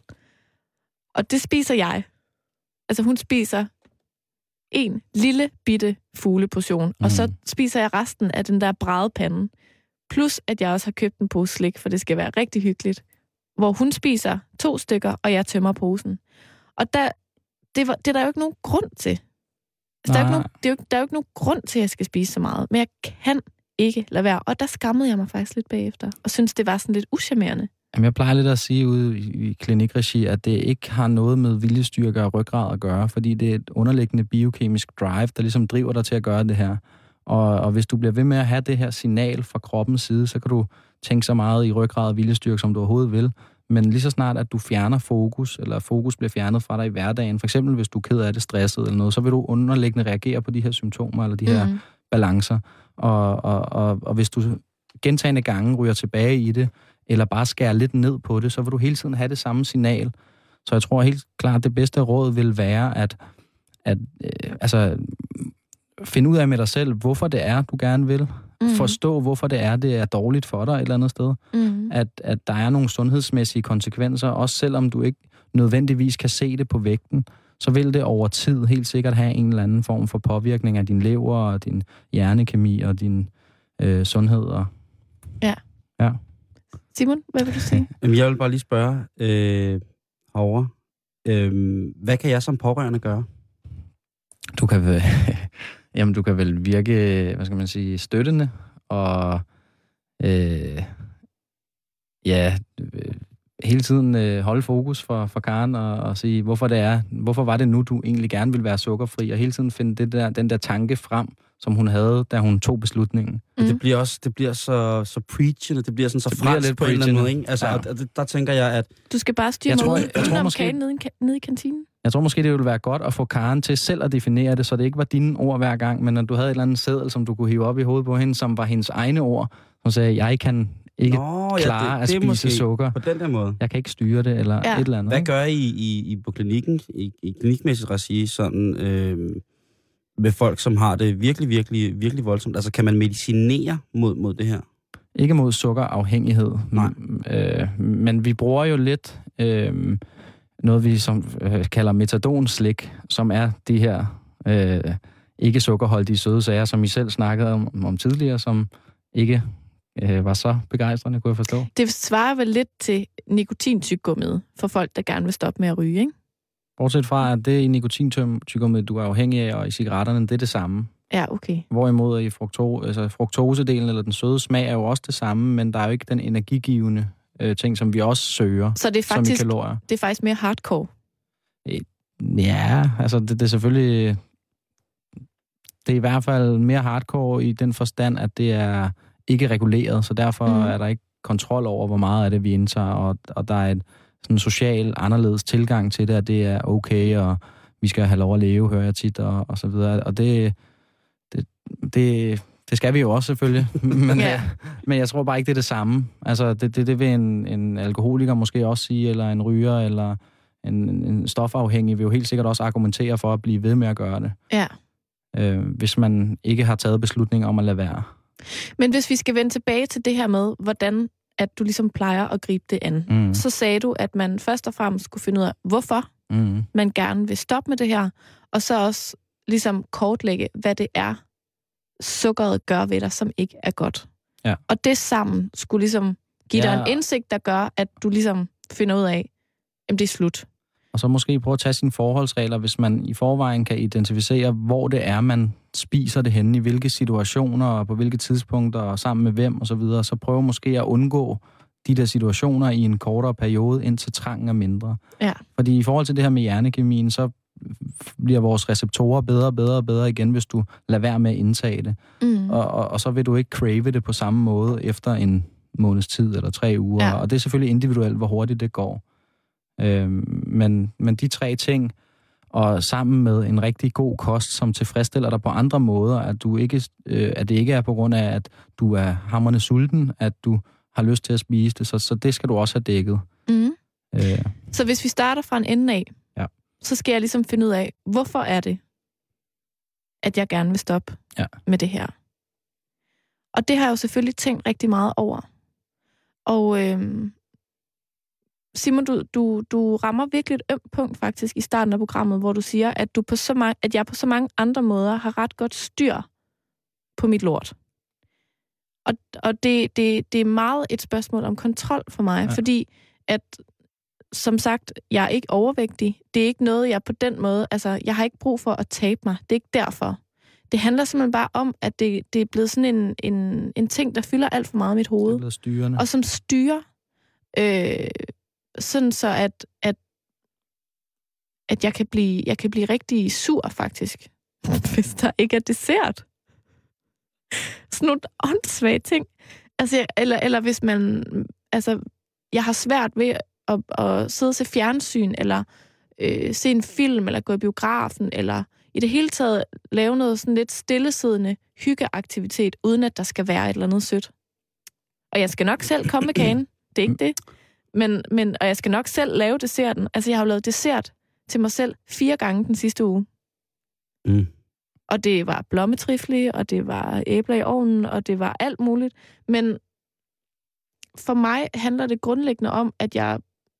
Og det spiser jeg. Altså, hun spiser en lille bitte fugleportion, mm. og så spiser jeg resten af den der brædepande. Plus, at jeg også har købt en pose slik, for det skal være rigtig hyggeligt. Hvor hun spiser to stykker, og jeg tømmer posen. Og der, det, var, det er der jo ikke nogen grund til. Altså, der, er jo ikke nogen, det er jo, der er jo ikke nogen grund til, at jeg skal spise så meget. Men jeg kan ikke lade være. Og der skammede jeg mig faktisk lidt bagefter. Og synes, det var sådan lidt uschammerende. Jamen, jeg plejer lidt at sige ude i, i klinikregi, at det ikke har noget med viljestyrke og ryggrad at gøre. Fordi det er et underliggende biokemisk drive, der ligesom driver dig til at gøre det her. Og, og hvis du bliver ved med at have det her signal fra kroppens side, så kan du tænke så meget i ryggrad og viljestyrke, som du overhovedet vil. Men lige så snart, at du fjerner fokus, eller fokus bliver fjernet fra dig i hverdagen, for eksempel hvis du er ked af det, stresset eller noget, så vil du underliggende reagere på de her symptomer, eller de her mm. balancer. Og, og, og, og hvis du gentagne gange ryger tilbage i det, eller bare skærer lidt ned på det, så vil du hele tiden have det samme signal. Så jeg tror helt klart, at det bedste råd vil være, at, at øh, altså... Find ud af med dig selv, hvorfor det er, du gerne vil. Mm. Forstå, hvorfor det er, det er dårligt for dig et eller andet sted. Mm. At, at der er nogle sundhedsmæssige konsekvenser, også selvom du ikke nødvendigvis kan se det på vægten, så vil det over tid helt sikkert have en eller anden form for påvirkning af din lever og din hjernekemi og din øh, sundhed. Og... Ja. ja. Simon, hvad vil du sige? Jeg vil bare lige spørge øh, herovre. Øh, hvad kan jeg som pårørende gøre? Du kan vel, jamen, du kan vel virke, hvad skal man sige, støttende, og øh, ja, hele tiden øh, holde fokus for, for Karen, og, og sige, hvorfor det er, hvorfor var det nu, du egentlig gerne ville være sukkerfri, og hele tiden finde det der, den der tanke frem, som hun havde, da hun tog beslutningen. Mm. Det bliver også, det bliver så, så preachende, det bliver sådan så fransk på en eller anden måde, ikke? Altså, ja. og der, der tænker jeg, at... Du skal bare styre mig ud, jeg tror, måske, nede, nede i kantinen. Jeg tror måske, det ville være godt at få Karen til selv at definere det, så det ikke var dine ord hver gang, men at du havde et eller andet seddel, som du kunne hive op i hovedet på hende, som var hendes egne ord, som sagde, jeg kan ikke Nå, klare ja, det, det at spise måske sukker. På den der måde. Jeg kan ikke styre det, eller ja. et eller andet. Hvad gør I, I, I på klinikken, i, i klinikmæssigt regi, sådan, øh, med folk, som har det virkelig, virkelig, virkelig voldsomt? Altså, kan man medicinere mod, mod det her? Ikke mod sukkerafhængighed. Nej. Øh, men vi bruger jo lidt... Øh, noget, vi som øh, kalder metadonslik, som er de her øh, ikke sukkerholdige søde sager, som I selv snakkede om, om tidligere, som ikke øh, var så begejstrende, kunne jeg forstå. Det svarer vel lidt til nikotintyggegummiet for folk, der gerne vil stoppe med at ryge, ikke? Bortset fra, at det i nikotintyggegummiet, du er afhængig af, og i cigaretterne, det er det samme. Ja, okay. Hvorimod i fruktose, altså fruktosedelen, eller den søde smag, er jo også det samme, men der er jo ikke den energigivende ting, som vi også søger, så det er faktisk, som i kalorier. Det er faktisk mere hardcore? Ja, altså det, det er selvfølgelig... det er i hvert fald mere hardcore i den forstand, at det er ikke reguleret, så derfor mm. er der ikke kontrol over, hvor meget af det vi indtager, og, og der er et sådan social anderledes tilgang til det, at det er okay, og vi skal have lov at leve, hører jeg tit, og, og så videre. Og det, det, det, det skal vi jo også selvfølgelig, men, ja. men jeg tror bare ikke, det er det samme. Altså, det, det, det vil en, en alkoholiker måske også sige, eller en ryger, eller en, en stofafhængig vil jo helt sikkert også argumentere for at blive ved med at gøre det. Ja. Øh, hvis man ikke har taget beslutning om at lade være. Men hvis vi skal vende tilbage til det her med, hvordan at du ligesom plejer at gribe det an, mm. så sagde du, at man først og fremmest skulle finde ud af, hvorfor mm. man gerne vil stoppe med det her, og så også ligesom kortlægge, hvad det er, sukkeret gør ved dig, som ikke er godt. Ja. Og det sammen skulle ligesom give ja. dig en indsigt, der gør, at du ligesom finder ud af, at det er slut. Og så måske prøve at tage sine forholdsregler, hvis man i forvejen kan identificere, hvor det er, man spiser det henne, i hvilke situationer, og på hvilke tidspunkter, og sammen med hvem, og så videre. Så prøve måske at undgå de der situationer i en kortere periode, indtil trangen er mindre. Ja. Fordi i forhold til det her med hjernekemien, så bliver vores receptorer bedre og bedre og bedre igen, hvis du lader være med at indtage det. Mm. Og, og, og så vil du ikke crave det på samme måde efter en måneds tid eller tre uger. Ja. Og det er selvfølgelig individuelt, hvor hurtigt det går. Øhm, men, men de tre ting, og sammen med en rigtig god kost, som tilfredsstiller dig på andre måder, at, du ikke, øh, at det ikke er på grund af, at du er hamrende sulten, at du har lyst til at spise det, så, så det skal du også have dækket. Mm. Øh. Så hvis vi starter fra en ende af, ja. så skal jeg ligesom finde ud af, hvorfor er det, at jeg gerne vil stoppe ja. med det her. Og det har jeg jo selvfølgelig tænkt rigtig meget over. Og øhm, Simon, du, du, du rammer virkelig et ømt punkt faktisk i starten af programmet, hvor du siger, at, du på så mange, at jeg på så mange andre måder har ret godt styr på mit lort. Og, og det, det, det er meget et spørgsmål om kontrol for mig, ja. fordi at, som sagt, jeg er ikke overvægtig. Det er ikke noget, jeg på den måde, altså, jeg har ikke brug for at tabe mig. Det er ikke derfor. Det handler simpelthen bare om, at det, det er blevet sådan en, en, en ting, der fylder alt for meget i mit hoved. Det er blevet styrende. Og som styrer, øh, sådan så, at, at, at jeg, kan blive, jeg kan blive rigtig sur, faktisk, hvis der ikke er dessert. Sådan nogle åndssvage ting. Altså, eller, eller hvis man... Altså, jeg har svært ved at, at sidde og se fjernsyn, eller øh, se en film, eller gå i biografen, eller i det hele taget lave noget sådan lidt stillesiddende hyggeaktivitet, uden at der skal være et eller andet sødt. Og jeg skal nok selv komme med kagen. Det er ikke det. Men, men, og jeg skal nok selv lave desserten. Altså, jeg har jo lavet dessert til mig selv fire gange den sidste uge. Mm. Og det var blommetrifle, og det var æbler i ovnen, og det var alt muligt. Men for mig handler det grundlæggende om, at jeg,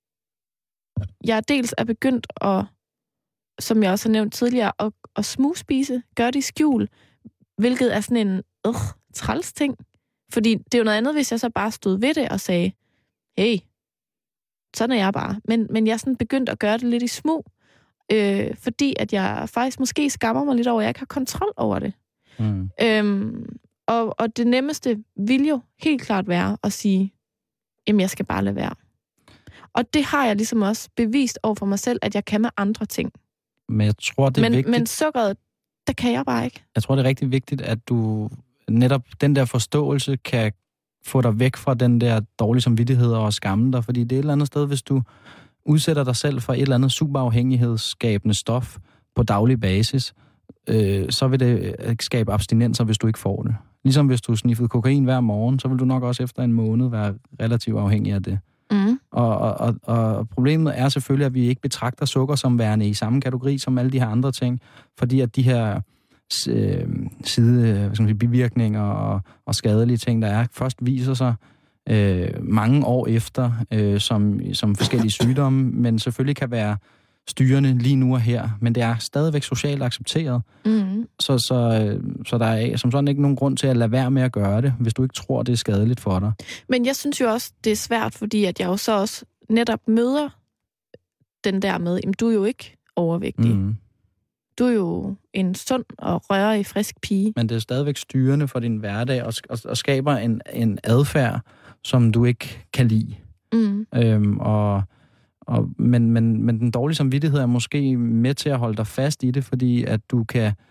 jeg dels er begyndt at, som jeg også har nævnt tidligere, at, at smugspise, gøre det i skjul, hvilket er sådan en øh, træls ting. Fordi det er jo noget andet, hvis jeg så bare stod ved det og sagde, hey, sådan er jeg bare. Men, men jeg er sådan begyndt at gøre det lidt i smug, øh, fordi at jeg faktisk måske skammer mig lidt over, at jeg ikke har kontrol over det. Mm. Øhm, og, og det nemmeste vil jo helt klart være at sige, jamen jeg skal bare lade være. Og det har jeg ligesom også bevist over for mig selv, at jeg kan med andre ting. Men jeg tror, det er men, vigtigt... Men sukkeret, det kan jeg bare ikke. Jeg tror, det er rigtig vigtigt, at du netop den der forståelse kan få dig væk fra den der dårlige samvittighed og skamme dig, fordi det er et eller andet sted, hvis du udsætter dig selv for et eller andet superafhængighedsskabende stof på daglig basis, øh, så vil det skabe abstinenser, hvis du ikke får det. Ligesom hvis du sniffede kokain hver morgen, så vil du nok også efter en måned være relativt afhængig af det. Mm. Og, og, og problemet er selvfølgelig, at vi ikke betragter sukker som værende i samme kategori som alle de her andre ting, fordi at de her øh, side, hvad skal man sige, bivirkninger og, og skadelige ting, der er, først viser sig øh, mange år efter øh, som, som forskellige sygdomme, men selvfølgelig kan være styrende lige nu og her, men det er stadigvæk socialt accepteret. Mm. Så, så, så der er som sådan ikke nogen grund til at lade være med at gøre det, hvis du ikke tror, det er skadeligt for dig. Men jeg synes jo også, det er svært, fordi at jeg jo så også netop møder den der med, jamen du er jo ikke overvægtig. Mm. Du er jo en sund og rørig, frisk pige. Men det er stadigvæk styrende for din hverdag og, og, og skaber en, en adfærd, som du ikke kan lide. Mm. Øhm, og Og, men, men, men den dårlige samvittighed er måske med til at holde dig fast i det, fordi at du kan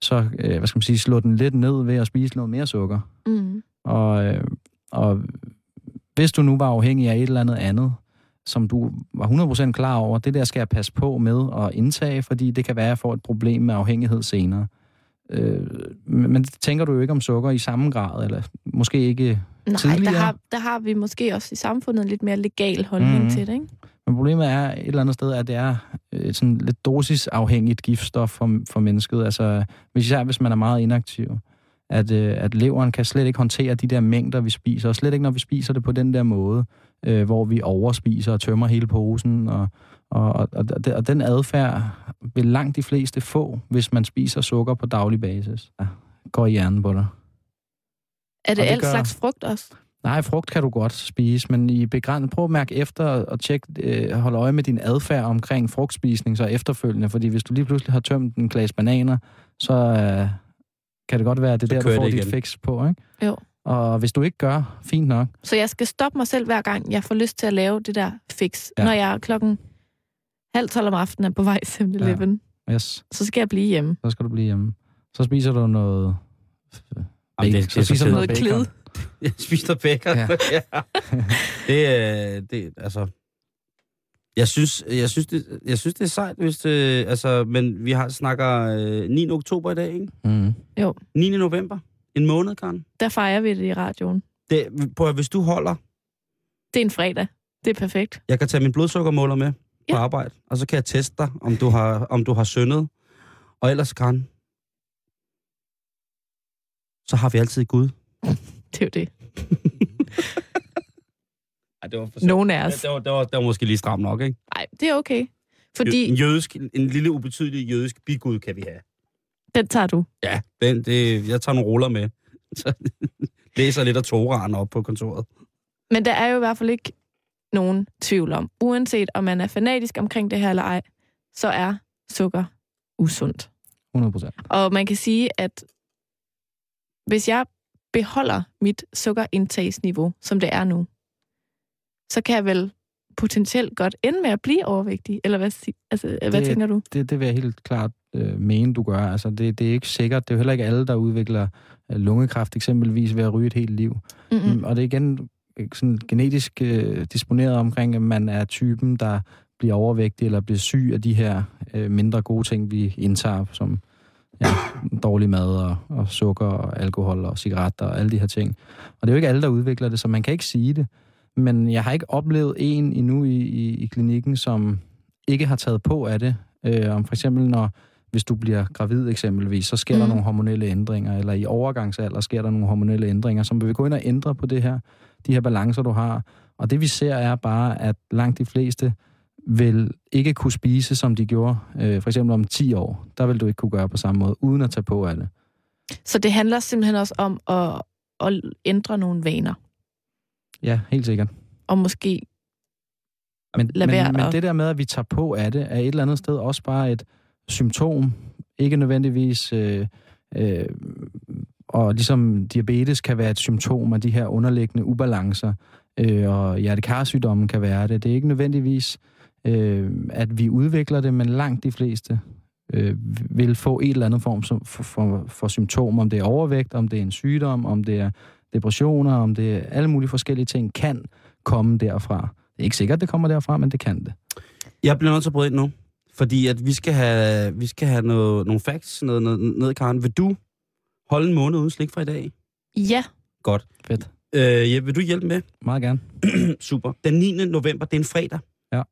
så øh, hvad skal man sige, slå den lidt ned ved at spise noget mere sukker. Mm. Og, øh, og hvis du nu var afhængig af et eller andet andet, som du var hundrede procent klar over, det der skal jeg passe på med at indtage, fordi det kan være, at jeg får et problem med afhængighed senere. Øh, men tænker du jo ikke om sukker i samme grad, eller måske ikke Nej, tidligere? der har, der har vi måske også i samfundet en lidt mere legal holdning mm. til det, ikke? Men problemet er et eller andet sted, at det er et sådan lidt dosisafhængigt giftstof for, for mennesket. Altså, især hvis man er meget inaktiv. At, at leveren kan slet ikke håndtere de der mængder, vi spiser. Og slet ikke, når vi spiser det på den der måde, øh, hvor vi overspiser og tømmer hele posen. Og, og, og, og, og den adfærd vil langt de fleste få, hvis man spiser sukker på daglig basis. Ja, går i hjernen på dig. Er det, det alt gør... slags frugt også? Nej, frugt kan du godt spise, men i begrænset, prøv at mærke efter og tjek, øh, holde øje med din adfærd omkring frugtspisning så efterfølgende, fordi hvis du lige pludselig har tømt en glas bananer, så øh, kan det godt være, at det er der, du får dit fix på, ikke? Jo. Og hvis du ikke gør, fint nok. Så jeg skal stoppe mig selv hver gang, jeg får lyst til at lave det der fix, ja. Når jeg er klokken halv tolv om aftenen er på vej til seven eleven. Ja. Yes. Så skal jeg blive hjemme. Så skal du blive hjemme. Så spiser du noget... Jamen, det, så det, spiser det, du noget klid. Jeg spiser bacon. Ja. Ja. Det, det, altså... Jeg synes, jeg synes, det, jeg synes, det er sejt, hvis det... Altså, men vi har snakker øh, niende oktober i dag, ikke? Mm. Jo. niende november. En måned, Karen. Der fejrer vi det i radioen. Det, prøv, hvis du holder... Det er en fredag. Det er perfekt. Jeg kan tage min blodsukkermåler med på ja. arbejde, og så kan jeg teste dig, om du har, om du har syndet. Og ellers, Karen, så har vi altid Gud. Det er jo det. Ej, det var for Nogen af os. Det var, det, var, det var måske lige stramt nok, ikke? Nej, det er okay. Fordi... En, jødisk, en lille ubetydelig jødisk bigud kan vi have. Den tager du. Ja, den, det, jeg tager nogle ruller med. Så læser lidt af Toraen op på kontoret. Men der er jo i hvert fald ikke nogen tvivl om, uanset om man er fanatisk omkring det her eller ej, så er sukker usundt. hundrede procent. Og man kan sige, at hvis jeg beholder mit sukkerindtagsniveau, som det er nu, så kan jeg vel potentielt godt ende med at blive overvægtig. Eller hvad, altså, hvad det, tænker du? Det, det vil jeg helt klart øh, mene, du gør. Altså, det, det er ikke sikkert. Det er jo heller ikke alle, der udvikler øh, lungekræft eksempelvis ved at ryge et helt liv. Mm-hmm. Og det er igen sådan genetisk øh, disponeret omkring, at man er typen, der bliver overvægtig eller bliver syg af de her øh, mindre gode ting, vi indtager, som ja, dårlig mad og, og sukker og alkohol og cigaretter og alle de her ting. Og det er jo ikke alle, der udvikler det, så man kan ikke sige det. Men jeg har ikke oplevet en endnu i, i, i klinikken, som ikke har taget på af det. Øh, om for eksempel, når hvis du bliver gravid eksempelvis, så sker mm. der nogle hormonelle ændringer, eller i overgangsalder sker der nogle hormonelle ændringer, som vil gå ind og ændre på det her, de her balancer, du har. Og det vi ser er bare, at langt de fleste vil ikke kunne spise, som de gjorde øh, for eksempel om ti år. Der vil du ikke kunne gøre på samme måde, uden at tage på af det. Så det handler simpelthen også om at, at ændre nogle vaner? Ja, helt sikkert. Og måske men, lade være men, men at... det der med, at vi tager på af det, er et eller andet sted også bare et symptom. Ikke nødvendigvis... Øh, øh, og ligesom diabetes kan være et symptom af de her underliggende ubalancer, øh, og hjertekarsygdommen kan være det. Det er ikke nødvendigvis, øh, at vi udvikler det, men langt de fleste øh, vil få et eller andet form for, for, for symptom. Om det er overvægt, om det er en sygdom, om det er depressioner, om det er alle mulige forskellige ting, kan komme derfra. Det er ikke sikkert, det kommer derfra, men det kan det. Jeg bliver nødt til at bryde ind nu, fordi at vi skal have, vi skal have noget, nogle facts ned, ned, ned, Karen. Vil du holde en måned uden slik fra i dag? Ja. Godt. Fedt. Øh, ja, vil du hjælpe med? Meget gerne. Super. Den niende november, det er en fredag. Ja.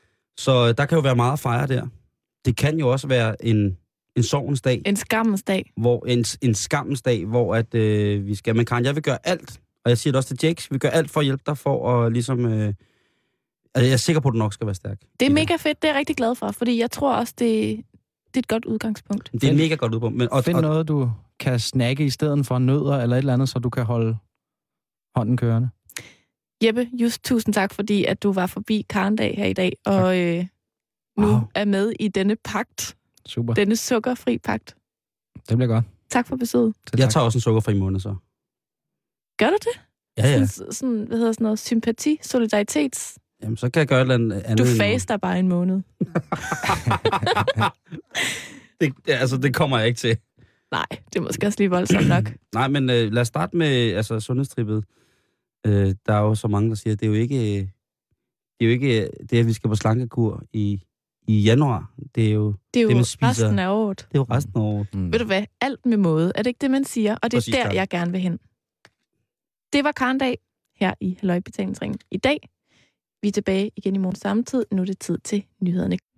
Så der kan jo være meget at fejre der. Det kan jo også være en, en sorgens dag. En skammens dag. Hvor, en, en skammens dag, hvor at, øh, vi skal... Men Karen, jeg vil gøre alt, og jeg siger det også til Jake, vi vil gøre alt for at hjælpe dig for at ligesom... Øh, altså, jeg er sikker på, at du nok skal være stærk. Det er mega fedt, det er jeg rigtig glad for, fordi jeg tror også, det, det er et godt udgangspunkt. Det er et mega godt udgangspunkt. Men, og, Find og, noget, du kan snakke i stedet for nødder eller et eller andet, så du kan holde hånden kørende. Jeppe, just tusind tak, fordi at du var forbi Karendag her i dag, og øh, nu wow. er med i denne pagt. Super. Denne sukkerfri pagt. Det bliver godt. Tak for besøget. Jeg tager også en sukkerfri måned, så. Gør du det? Ja, ja. Sådan, sådan hvad hedder sådan noget, sympati, solidaritets... Jamen, så kan jeg gøre et eller andet. Du faster bare en måned. det, altså, det kommer jeg ikke til. Nej, det er måske også lige voldsomt nok. Nej, men øh, lad os starte med altså, sundhedstrippet. Øh, der er jo så mange, der siger, at det er jo ikke, det er jo ikke det, at vi skal på slankekur i, i januar. Det er jo Det er jo det, man resten spiser. af året. Det er jo resten af året. Mm. Ved du hvad? Alt med måde. Er det ikke det, man siger? Og det er Præcis, der, Karen. jeg gerne vil hen. Det var Karen Dag her i Halløj Betalingsringen i dag. Vi er tilbage igen i morgen samme tid. Nu er det tid til nyhederne.